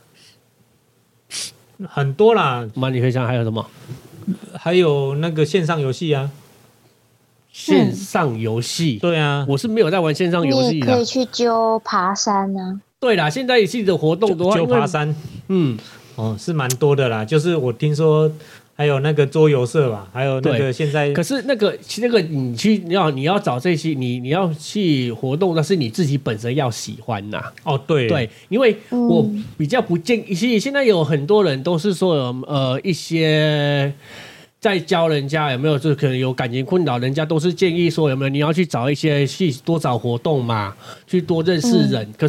C: 很多啦，
B: 那你可以想还有什么
C: 还有那个线上游戏啊，
B: 线上游戏？
C: 对啊，
B: 我是没有在玩线上游戏的。
A: 你也可以去揪爬山啊。
B: 对啦，现在系的活动的话，
C: 就
B: 因为
C: 爬山
B: 嗯，
C: 哦，是蛮多的啦。就是我听说还有那个桌游社吧，还有那个
B: 对
C: 现在
B: 可是那个其实那个你去你要你要找这些你你要去活动，那是你自己本身要喜欢呐。
C: 哦，对
B: 对，因为
A: 嗯
B: 我比较不建议，其实现在有很多人都是说有呃一些。在教人家有没有，就可能有感情困扰，人家都是建议说有没有你要去找一些去多找活动嘛，去多认识人。
A: 嗯
B: 可是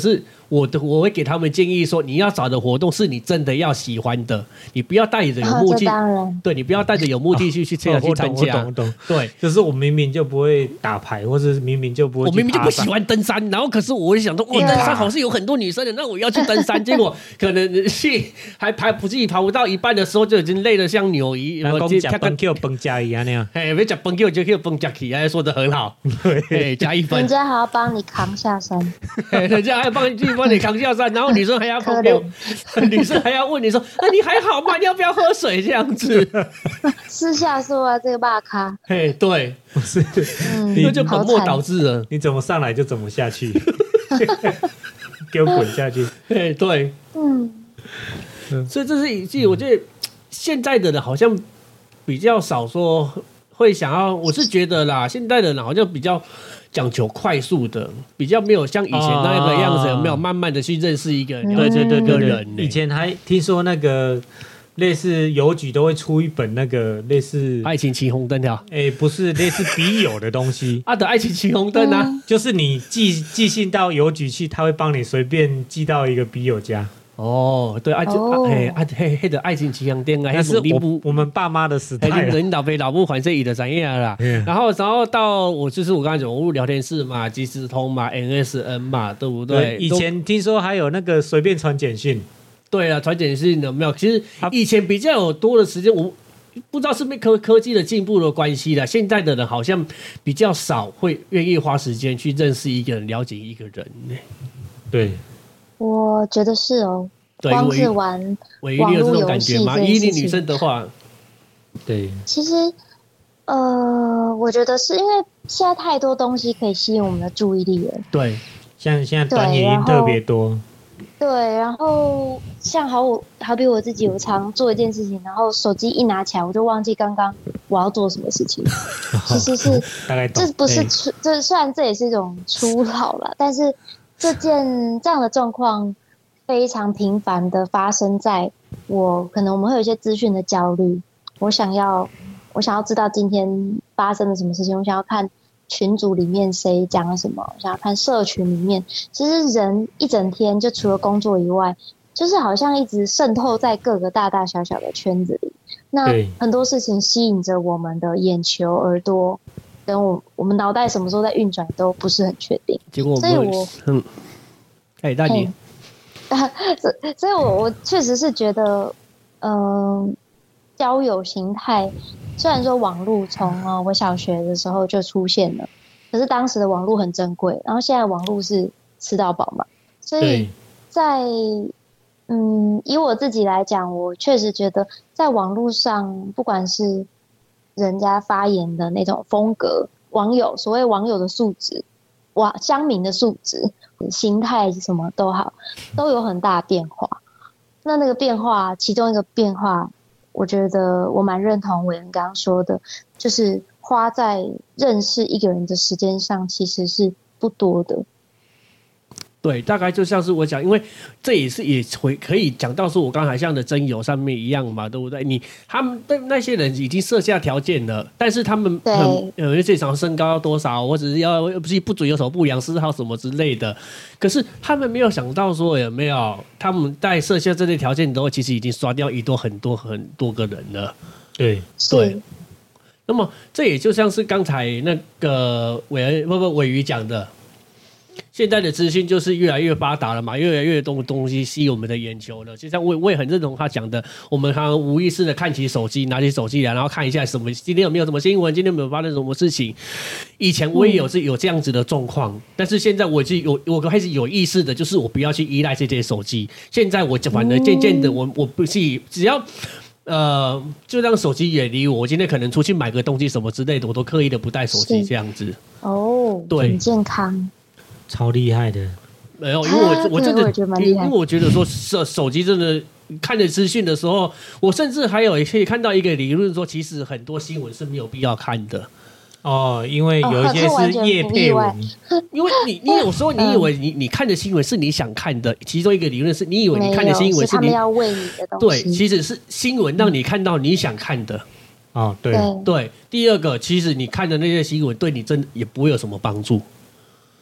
B: 我的我会给他们建议说，你要找的活动是你真的要喜欢的，你不要带着有目的，
A: 哦、当然
B: 对你不要带着有目的去、哦、去这样去参加。
C: 我懂我懂，
B: 对，
C: 就是我明明就不会打牌，或者明明就不会，
B: 我明明就不喜欢登山，然后可是我就想说，哇，登山好像有很多女生的，那我要去登山，结果可能去还爬不自己爬不到一半的时候就已经累得像牛一样，
C: 讲吃饭叫饭加一样那样，
B: 哎，别讲饭叫就叫饭加起，还说得很好，对，加一分，
A: 人家还要帮你扛下山，
B: 人家还要帮你帮你扛下山，然后女生还要帮我，女生还要问你说，那你还好吗？你要不要喝水这样子？
A: 私下说啊，这个霸咖，
B: 嘿，对，
C: 不是，
A: 嗯，
B: 那就本末倒置了，
C: 你怎么上来就怎么下去，给我滚下去，
B: 嘿，对，
A: 嗯，
B: 所以这是一季，我觉得现在的人好像比较少说会想要，我是觉得啦，现在的人好像比较讲求快速的，比较没有像以前那个样子，有没有慢慢的去认识一个
C: 对对对对
B: 人、
C: 欸。以前还听说那个类似邮局都会出一本那个类似
B: 爱情霓虹灯条，
C: 哎、欸，不是类似笔友的东西
B: 啊的爱情霓虹灯啊，
A: 嗯、
C: 就是你寄寄信到邮局去，他会帮你随便寄到一个笔友家。
B: 哦，对，爱情，嘿，爱嘿嘿的爱情奇香店啊，
C: 那是我我们爸妈的时代了，
B: 领导被老母还是以的怎样啦？然后，然后到我就是我刚才讲网络聊天室嘛，即时通嘛 ，N S N 嘛，对不对？
C: 对，以前听说还有那个随便传简讯。
B: 对啊，传简讯有没有？其实以前比较有多的时间，我不知道是不是科科技的进步的关系啦。现在的人好像比较少会愿意花时间去认识一个人、了解一个人。
C: 对，
A: 我觉得是哦。
B: 对，
A: 光是玩网络游戏这件事情，
B: 以你女生的话，
C: 对，
A: 其实呃，我觉得是因为现在太多东西可以吸引我们的注意力了。
B: 对，
C: 像现在短影音特别多。
A: 对，然后像好我好比我自己，我常做一件事情，然后手机一拿起来，我就忘记刚刚我要做什么事情。其实是
C: 大概
A: 这不是出，这虽然这也是一种初老了，但是这件这样的状况非常频繁的发生在我，可能我们会有一些资讯的焦虑，我想要我想要知道今天发生了什么事情，我想要看群组里面谁讲了什么，我想要看社群里面。其实人一整天就除了工作以外，就是好像一直渗透在各个大大小小的圈子里，那很多事情吸引着我们的眼球耳朵，跟我我们脑袋什么时候在运转都不是很确定。
B: 结果我
A: 所以我
B: 嗯，哎，大姐。
A: 所以我我确实是觉得，嗯、呃，交友形态虽然说网络从呃我小学的时候就出现了，可是当时的网络很珍贵，然后现在网络是吃到饱嘛，所以在嗯以我自己来讲，我确实觉得在网络上，不管是人家发言的那种风格，网友所谓网友的素质，哇，乡民的素质。心态什么都好，都有很大变化。那那个变化，其中一个变化，我觉得我蛮认同伟恩刚刚说的，就是花在认识一个人的时间上，其实是不多的。
B: 对，大概就像是我讲，因为这也是也会可以讲到说我刚才像的真友上面一样嘛，对不对？你他们对那些人已经设下条件了，但是他们很呃最少身高要多少，或者是要不是不准有什么不良嗜好什么之类的，可是他们没有想到说有没有他们在设下这类条件之后，其实已经刷掉一多很多很多个人了。
C: 对
B: 对。那么这也就像是刚才那个伟不不伟瑜讲的。现在的资讯就是越来越发达了嘛，越来越多东西吸引我们的眼球了。就像我我也很认同他讲的，我们常常无意识的看起手机，拿起手机来，然后看一下什么今天有没有什么新闻，今天有没有发生什么事情。以前我也有是有这样子的状况，嗯、但是现在我就有我开始有意识的，就是我不要去依赖这些手机。现在我反而渐渐的，我我不是只要。呃，就让手机远离我。我今天可能出去买个东西什么之类的，我都刻意的不带手机这样子。
A: 哦，
B: 对，
A: 很健康。
C: 超厉害的，
B: 没有，因为我我真的，
A: 因
B: 为我觉得说手手机真的看着资讯的时候，我甚至还有可以看到一个理论说，其实很多新闻是没有必要看的。
C: 哦，因为有一些是业配文，
A: 哦、
B: 因为你你有时候你以为你你看的新闻是你想看的，其中一个理论是你以为你看的新闻是你
A: 他们要喂你的东
B: 西，对，其实是新闻让你看到你想看的。
C: 哦，对
A: 对。
B: 对，第二个，其实你看的那些新闻对你真的也不会有什么帮助。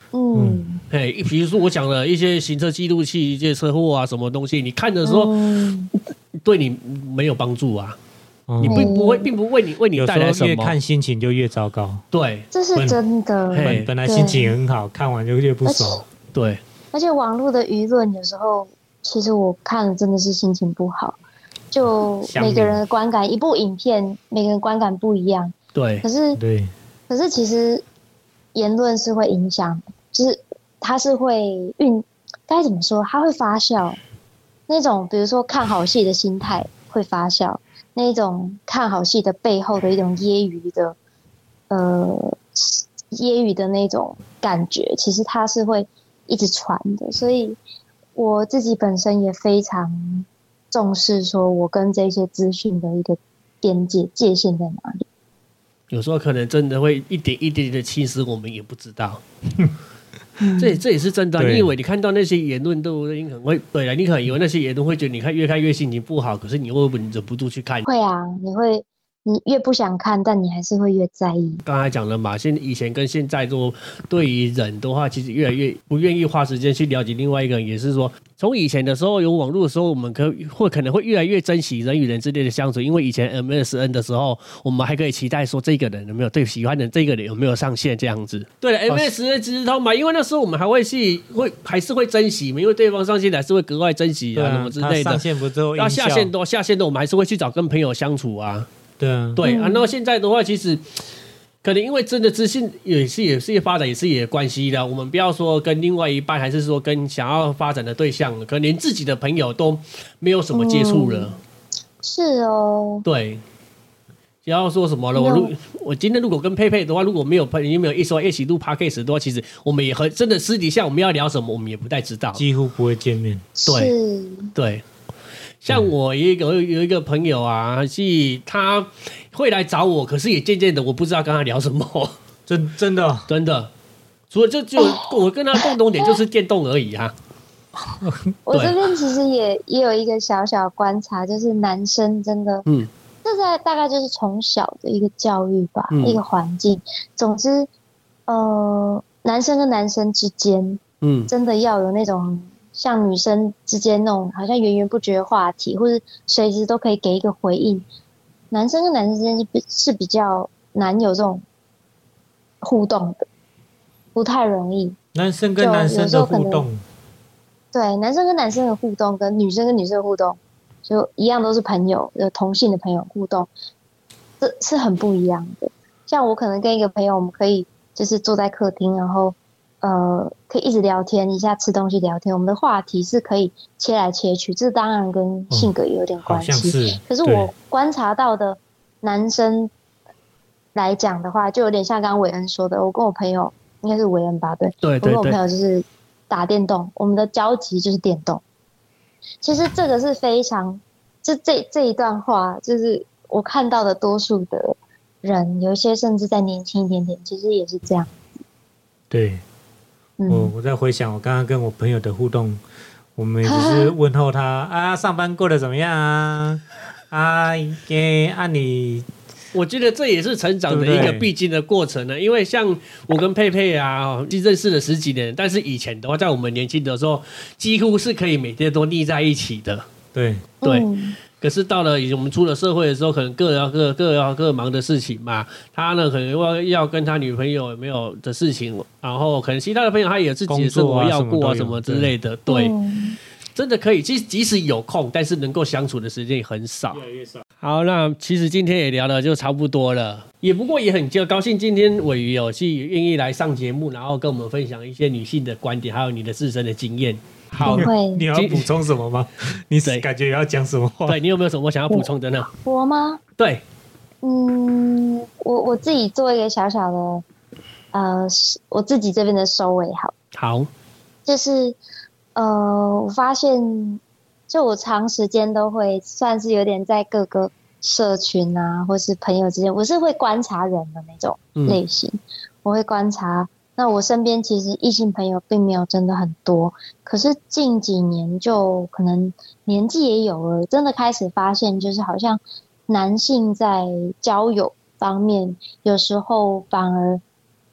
A: 嗯，
B: 哎，比如说我讲了一些行车记录器、一些车祸啊，什么东西，你看的时候、嗯、对你没有帮助啊。嗯、你并不会，并不为你为你带来什么。
C: 有时候越看心情就越糟糕。
B: 对，
A: 这是真的。
C: 本本来心情很好，看完就越不爽。
B: 对，
A: 而且网络的舆论有时候，其实我看了真的是心情不好。就每个人的观感，一部影片每个人观感不一样。
B: 对，
A: 可是
C: 对，
A: 可是其实言论是会影响，就是它是会运，该怎么说？它会发酵。那种比如说看好戏的心态会发酵。那种看好戏的背后的一种揶揄的，呃，揶揄的那种感觉，其实它是会一直传的。所以我自己本身也非常重视，说我跟这些资讯的一个边界界限在哪里。
B: 有时候可能真的会一点一点的侵蚀，我们也不知道。这这也是真的、啊，你以为你看到那些言论都你可能会对了，你可能以为那些言论会觉得你看越看越心情不好，可是你会不会忍不住去看？
A: 会啊，你会，你越不想看，但你还是会越在意。
B: 刚才讲了嘛，现以前跟现在都对于人的话，其实越来越不愿意花时间去了解另外一个人，也是说，从以前的时候有网络的时候，我们可会可能会越来越珍惜人与人之间的相处，因为以前 M S N 的时候，我们还可以期待说这个人有没有对喜欢的这个人有没有上线这样子。对了 ，M S N 直通嘛，因为那时候我们还会去会还是会珍惜嘛，因为对方上线还是会格外珍惜啊，啊什么之类的。
C: 上线不之后，
B: 要下线多下线的，我们还是会去找跟朋友相处啊。
C: 对啊，
B: 对啊，那现在的话，其实。可能因为真的资讯也是也是发展也是也关系的，我们不要说跟另外一半，还是说跟想要发展的对象，可能连自己的朋友都没有什么接触了、嗯。
A: 是哦。
B: 对。不要说什么了，我如我今天如果跟佩佩的话，如果没有朋友没有一说一起录 podcast 的话，其实我们也很真的私底下我们要聊什么，我们也不太知道，
C: 几乎不会见面。
B: 对对。像我有一个有一个朋友啊，是他会来找我，可是也渐渐的我不知道跟他聊什么，
C: 真真的
B: 真的，除了就就我跟他共同点就是电动而已啊。
A: 我这边其实也也有一个小小观察，就是男生真的，嗯，这在大概就是从小的一个教育吧，嗯、一个环境。总之，呃，男生跟男生之间，嗯，真的要有那种。像女生之间那种好像源源不绝的话题，或者随时都可以给一个回应，男生跟男生之间是比是比较难有这种互动的，不太容易。
C: 男生跟男生的互动，
A: 对，男生跟男生的互动跟女生跟女生的互动，就一样都是朋友，有同性的朋友互动，这是很不一样的。像我可能跟一个朋友，我们可以就是坐在客厅，然后。呃，可以一直聊天，一下吃东西聊天，我们的话题是可以切来切去，这当然跟性格也有点关系。哦、
C: 是
A: 可是我观察到的男生来讲的话，就有点像刚刚韦恩说的，我跟我朋友应该是韦恩吧，对，
B: 对对对，
A: 我跟我朋友就是打电动，我们的交集就是电动。其实这个是非常，就这这一段话，就是我看到的多数的人，有一些甚至再年轻一点点，其实也是这样。
C: 对。我我在回想我刚刚跟我朋友的互动，我们只是问候他啊，上班过得怎么样啊？啊，给啊你，
B: 我觉得这也是成长的一个必经的过程呢。因为像我跟佩佩啊，认识了十几年，但是以前的话，在我们年轻的时候，几乎是可以每天都腻在一起的。
C: 对
B: 对。嗯可是到了我们出了社会的时候，可能各要各各要各忙的事情嘛。他呢，可能要要跟他女朋友有没有的事情，然后可能其他的朋友他也有自己的生活要过啊，什么之类的。对，嗯、真的可以，即即使有空，但是能够相处的时间也很少，越来越少。好，那其实今天也聊的就差不多了，也不过也很高兴今天瑋瑜有去愿意来上节目，然后跟我们分享一些女性的观点，还有你的自身的经验。好，
C: 你要补充什么吗？你感觉要讲什么话？
B: 对，你有没有什么想要补充的呢？
A: 我吗？
B: 对，
A: 嗯，我我自己做一个小小的，呃，我自己这边的收尾好。
B: 好，
A: 就是呃，我发现，就我长时间都会算是有点在各个社群啊，或是朋友之间，我是会观察人的那种类型，嗯、我会观察。那我身边其实异性朋友并没有真的很多，可是近几年就可能年纪也有了，真的开始发现，就是好像男性在交友方面，有时候反而比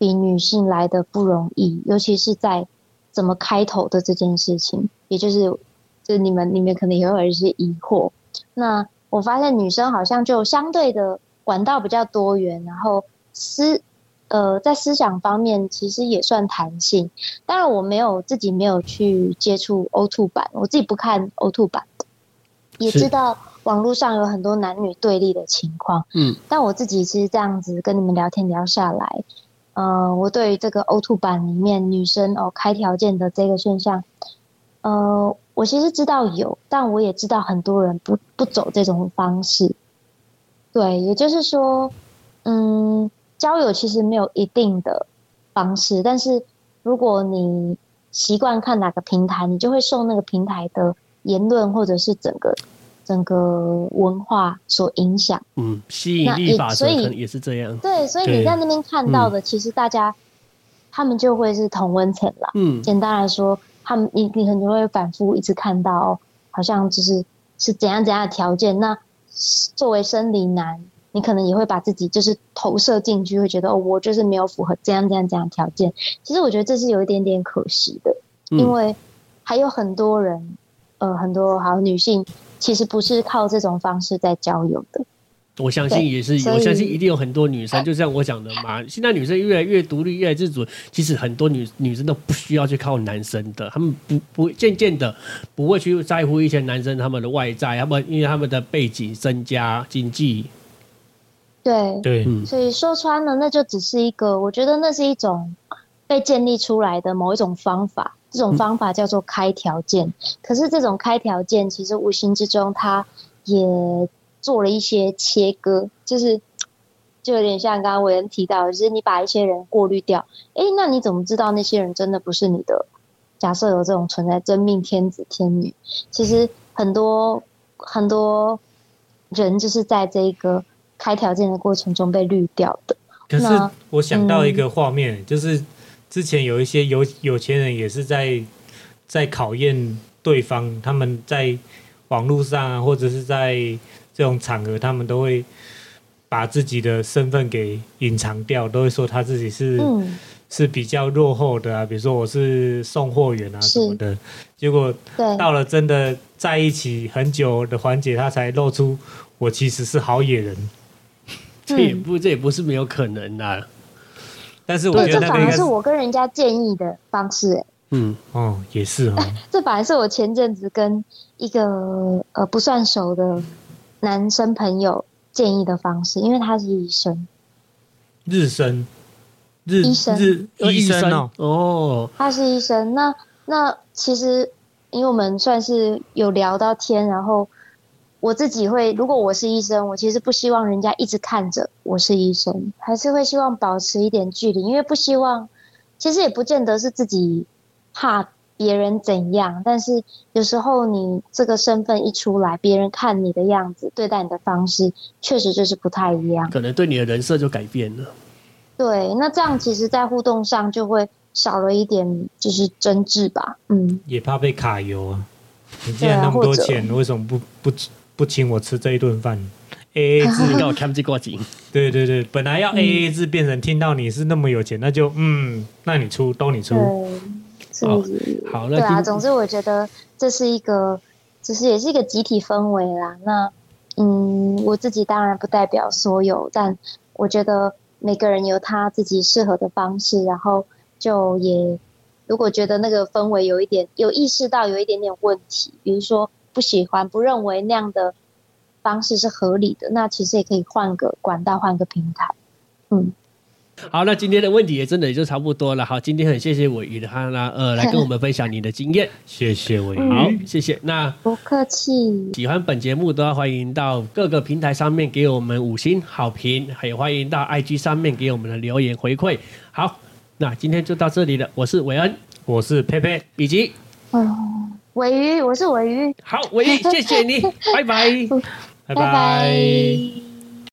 A: 比女性来的不容易，尤其是在怎么开头的这件事情，也就是就是你们你们可能也会有一些疑惑。那我发现女生好像就相对的管道比较多元，然后思呃在思想方面其实也算弹性。当然我没有自己没有去接触 O 二 版，我自己不看 O 二 版的，也知道网络上有很多男女对立的情况。嗯，但我自己其实这样子跟你们聊天聊下来，呃，我对于这个 O 二 版里面女生哦开条件的这个现象，呃，我其实知道有，但我也知道很多人不不走这种方式。对，也就是说，嗯，交友其实没有一定的方式，但是如果你习惯看哪个平台，你就会受那个平台的言论或者是整个整个文化所影响。
B: 嗯，吸引力法则可能也是这样。
A: 对，所以你在那边看到的，其实大家、嗯、他们就会是同温层啦。嗯，简单来说，他们你你可能会反复一直看到，好像就是是怎样怎样的条件。那作为生理男，你可能也会把自己就是投射进去，会觉得哦，我就是没有符合这样这样这样条件。其实我觉得这是有一点点可惜的，嗯、因为还有很多人，呃，很多好女性其实不是靠这种方式在交友的。
B: 我相信也是，我相信一定有很多女生，就像我讲的嘛，现在女生越来越独立，越来越自主。其实很多女女生都不需要去靠男生的，他们不不渐渐的不会去在乎一些男生他们的外在，他们因为他们的背景、身家、经济。
A: 对
C: 对、
A: 嗯，所以说穿了，那就只是一个，我觉得那是一种被建立出来的某一种方法，这种方法叫做开条件。嗯、可是这种开条件，其实无形之中，它也做了一些切割，就是就有点像刚刚伟恩提到的，就是你把一些人过滤掉，诶，那你怎么知道那些人真的不是你的？假设有这种存在真命天子天女，其实很多很多人就是在这个开条件的过程中被滤掉的。
C: 可是我想到一个画面、嗯，就是之前有一些有有钱人也是在在考验对方，他们在网络上啊，或者是在这种场合，他们都会把自己的身份给隐藏掉，都会说他自己是、嗯、是比较落后的啊，比如说我是送货员啊什么的。结果到了真的在一起很久的环节，他才露出我其实是好野人。
B: 这也不这也不是没有可能的、啊。
C: 但是我觉得、那個、
A: 这反而是我跟人家建议的方式、欸。
C: 嗯，哦，也是哦。
A: 这反而是我前阵子跟一个呃不算熟的男生朋友建议的方式，因为他是医生，
C: 日生，日
A: 医生，
C: 日医生哦，
B: 哦，
A: 他是医生。那那其实因为我们算是有聊到天，然后我自己会，如果我是医生，我其实不希望人家一直看着我是医生，还是会希望保持一点距离，因为不希望，其实也不见得是自己怕别人怎样，但是有时候你这个身份一出来，别人看你的样子，对待你的方式，确实就是不太一样，
B: 可能对你的人设就改变了。
A: 对，那这样其实在互动上就会少了一点就是真挚吧。嗯，
C: 也怕被卡油啊，你既然那么多钱、啊、为什么不不不请我吃这一顿饭 A A 制？
B: 你跟我看这挂紧。
C: 对对对，本来要 A A 制变成听到你是那么有钱，那就嗯，那你出都你出。
A: 是不是？
B: 哦、好，
A: 对啊，总之我觉得这是一个，就是也是一个集体氛围啦。那嗯，我自己当然不代表所有，但我觉得每个人有他自己适合的方式，然后就也如果觉得那个氛围有一点有意识到有一点点问题，比如说不喜欢、不认为那样的方式是合理的，那其实也可以换个管道、换个平台，嗯。
B: 好，那今天的问题也真的也就差不多了。好，今天很谢谢伟瑜的哈拉呃来跟我们分享你的经验，
C: 谢谢伟瑜。
B: 好，谢谢。那
A: 不客气。
B: 喜欢本节目都要欢迎到各个平台上面给我们五星好评，还有欢迎到 I G 上面给我们的留言回馈。好，那今天就到这里了。我是伟恩，
C: 我是佩佩，
B: 以及
A: 嗯伟瑜，我是伟瑜。
B: 好，伟瑜，谢谢你，拜拜，
C: 拜拜。